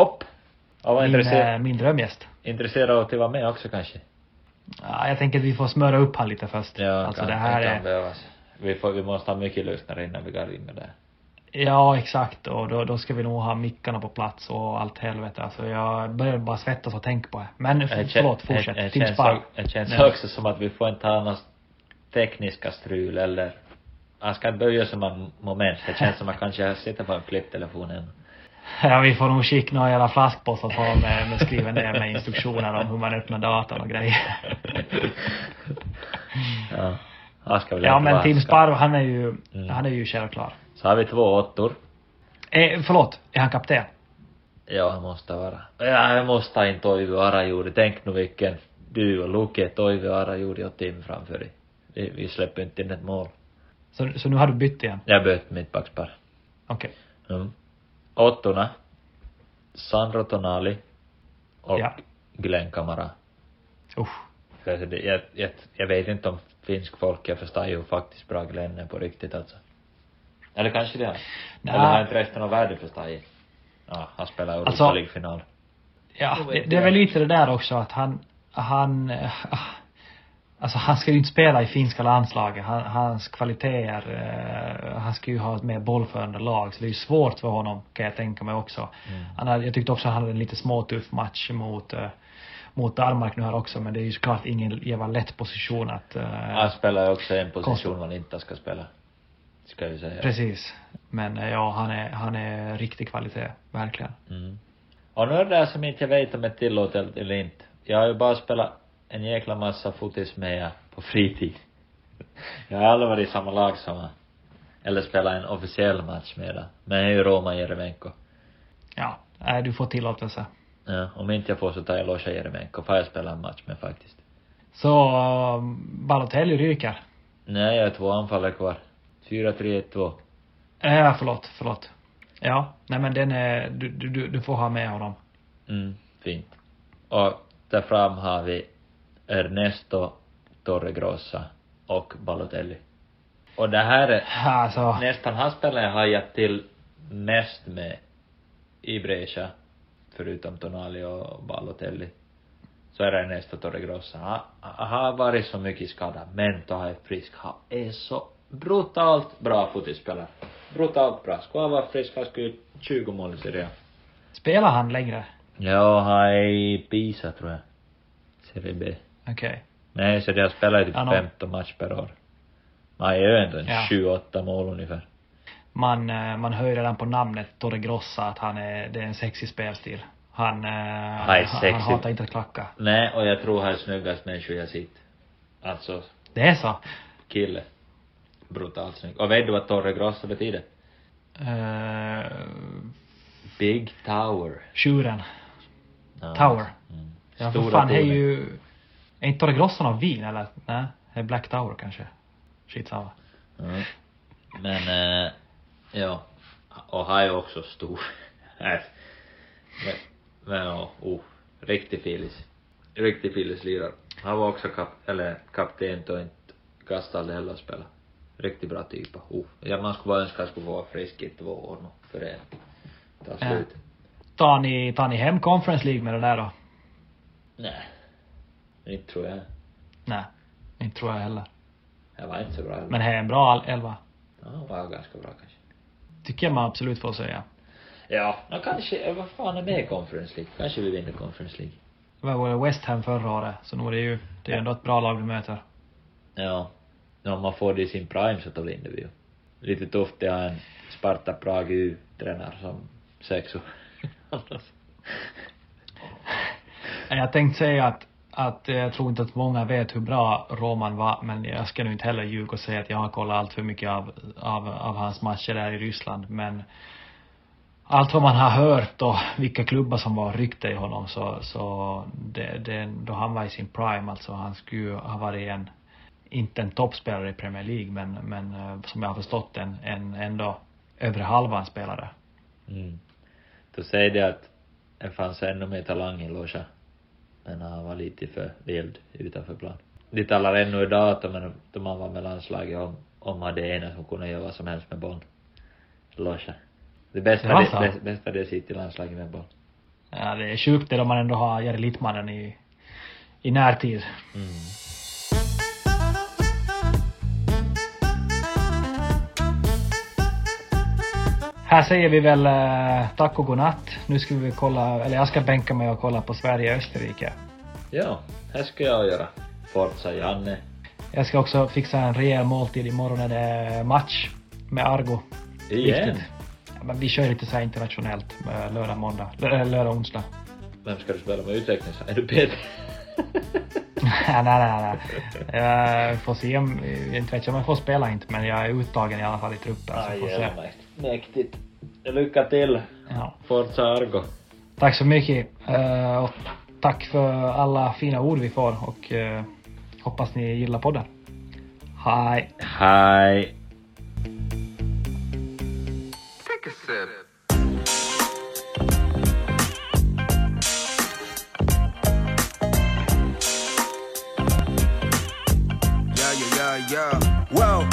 Min drömgäst. Intresserad av att vara med också kanske? Ja, jag tänker att vi får smöra upp han lite först. Ja, alltså det här kan behövas. Vi måste ha mycket lyssnare innan vi går in med det. Ja, exakt. Och då ska vi nog ha mickarna på plats och allt helvete. Alltså jag börjar bara svettas och tänka på det. Men förlåt, fortsätt. Det känns också som att vi får inte ha något tekniska strul eller... Jag ska böja som en moment. Det känns som att man kanske sitter på en klipptelefon än. Ja, vi får nog skicka några jävla flaskpost och ta med skriva ner med instruktioner om hur man öppnar datorn och grejer. Ja, men Tim Sparv, han är ju självklar. Så har vi 2 åttor. Förlåt, är han kapten? Ja, han måste vara. Ja, jag måste ha in Toivo Arajuri. Tänk nu vilken du och Luke, Toivo Arajuri och Tim framför dig. Vi släpper inte in ett mål. Så nu har du bytt igen? Jag bytt mitt backspar. Okej. Åttorna. Sandro Tonali och Glenn Kamara. Jag vet inte om finsk folk, jag förstår ju faktiskt bra Glenn är på riktigt alltså. Eller kanske det. Eller har inte resten av världen förstår ju. Ja, han spelar Europa League-final. Ja, det är väl lite det där också att han ska ju inte spela i finska landslaget. Hans kvaliteter, han ska ju ha ett mer bollförande lag, så det är ju svårt för honom, kan jag tänka mig också. Jag tyckte också att han hade en lite småtuff match mot Danmark nu här också, men det är ju såklart ingen jävla lätt position att... Han spelar också en position man inte ska spela, ska jag säga. Precis, men ja, han är riktig kvalitet, verkligen. Och nu är det där som inte jag vet om är tillåtet eller inte. Jag har ju bara spelat en jäkla massa fotis med på fritid. Jag har aldrig varit i samma lag som eller spelat en officiell match med det. Men jag är ju Roma Jeremenko. Ja, du får tillåtelse. Ja, om inte jag får så tar jag Loša Jeremenko. Får jag spela en match med faktiskt. Så Balotelli ryker? Nej, jag har 2 anfallare kvar. 4-3-1-2. Förlåt. Ja, nej men den är, du får ha med honom. Fint. Och där fram har vi Ernesto Torregrossa och Balotelli. Och det här är nästan han spelar jag hajat till mest med i Brescia, förutom Tonali och Balotelli. Så är det Ernesto Torregrossa. Han har varit så mycket skadad, men då är frisk. Han är så brutalt bra fotbollsspelare. Brutalt bra. Ska han vara frisk, han skulle 20 mål i serien. Spelar han längre? Ja, han är i Pisa tror jag. Serie B. Okej. Nej, så jag spelar ju typ 15 match per år. Man är ju ändå 28 mål ungefär. Man hör redan på namnet Torregrossa att det är en sexig spelstil. Han hatar inte att klacka. Nej, och jag tror han är snyggast människa jag sitt. Alltså. Det är så? Kille. Brutalt snygg. Och vet du vad Torregrossa betyder? Big Tower. Tjuren. Tower. Ja, för fan, det är ju... Är inte Torregrossa någon vin, eller? Nej, det är Black Tower kanske. Skitsamma. Men, ja. Och har ju också stor. Men riktig Phillies lirar. Han var också kapten och inte kastade heller spela. Riktigt bra typ. Ja, man skulle bara önska att skulle vara frisk i 2 år nu för det tar slut. Tar ni hem Conference League med det där då? Nej. Inte tror jag. Nej, inte tror jag heller. Det var inte så bra. Men det är en bra 11. Ja, det var ganska bra kanske. Tycker jag man absolut får säga. Ja, kanske, vad fan är med i Conference League? Kanske vi vinner Conference League. Det var West Ham förra året, så nu är det är ändå ett bra lag vi möter. Ja, om man får det i sin prime så då vinner vi ju. Lite tufft, jag har en Sparta Prague-tränare som 6 år. Jag tänkte säga att jag tror inte att många vet hur bra Roman var, men jag ska nu inte heller ljuga och säga att jag har kollat allt för mycket av hans matcher där i Ryssland, men allt vad man har hört och vilka klubbar som var rykte i honom så då han var i sin prime, alltså han skulle ha varit inte en toppspelare i Premier League, men som jag har förstått en ändå övre halvan spelare. Då säger det att det fanns ännu mer talang i Loja, men han var lite för vild utanför plan. Det talar ännu idag men då man var med landslaget om hade ena som kunde göra vad som helst med boll. Loja. Det bästa det sitter i landslaget med boll. Ja, det är sjukt det då man ändå har Jari Littmannen i närtid. Här säger vi väl tack och godnatt. Nu ska vi kolla, eller jag ska bänka mig och kolla på Sverige-Österrike. Ja, här ska jag göra. Forza Janne. Jag ska också fixa en rejäl måltid imorgon när det är match med Argo. Igen? Ja, men vi kör lite så här internationellt lördag, onsdag. Vem ska du spela med utvecklings? Är du Peter? nej. Jag får se om, jag inte vet om jag får spela inte, men jag är uttagen i alla fall i truppen. Mäktigt. Lycka till. Ja. Forza Argo. Tack så mycket. Och tack för alla fina ord vi får och hoppas ni gillar podden. Hej. Hej. Take a sip. Yeah. Whoa.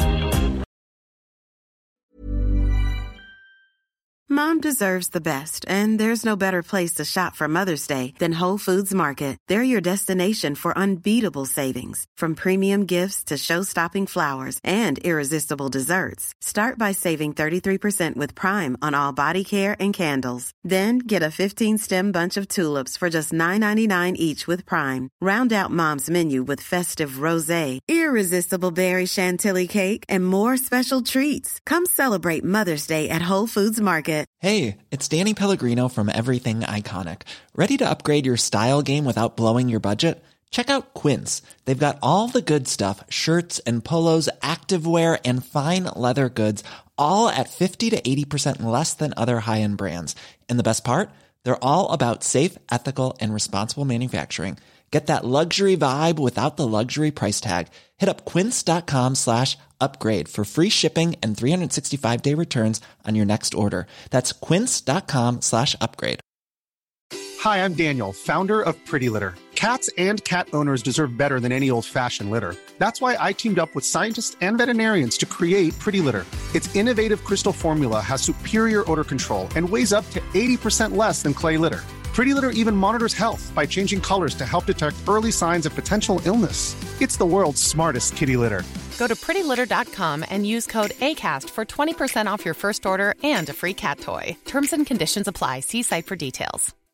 Mom deserves the best, and there's no better place to shop for Mother's Day than Whole Foods Market. They're your destination for unbeatable savings, from premium gifts to show-stopping flowers and irresistible desserts. Start by saving 33% with Prime on all body care and candles. Then get a 15-stem bunch of tulips for just $9.99 each with Prime. Round out Mom's menu with festive rosé, irresistible berry chantilly cake, and more special treats. Come celebrate Mother's Day at Whole Foods Market. Hey, it's Danny Pellegrino from Everything Iconic. Ready to upgrade your style game without blowing your budget? Check out Quince. They've got all the good stuff, shirts and polos, activewear, and fine leather goods, all at 50 to 80% less than other high-end brands. And the best part? They're all about safe, ethical, and responsible manufacturing. Get that luxury vibe without the luxury price tag. Hit up quince.com/upgrade for free shipping and 365-day returns on your next order. That's quince.com/upgrade. Hi, I'm Daniel, founder of Pretty Litter. Cats and cat owners deserve better than any old-fashioned litter. That's why I teamed up with scientists and veterinarians to create Pretty Litter. Its innovative crystal formula has superior odor control and weighs up to 80% less than clay litter. Pretty Litter even monitors health by changing colors to help detect early signs of potential illness. It's the world's smartest kitty litter. Go to prettylitter.com and use code ACAST for 20% off your first order and a free cat toy. Terms and conditions apply. See site for details.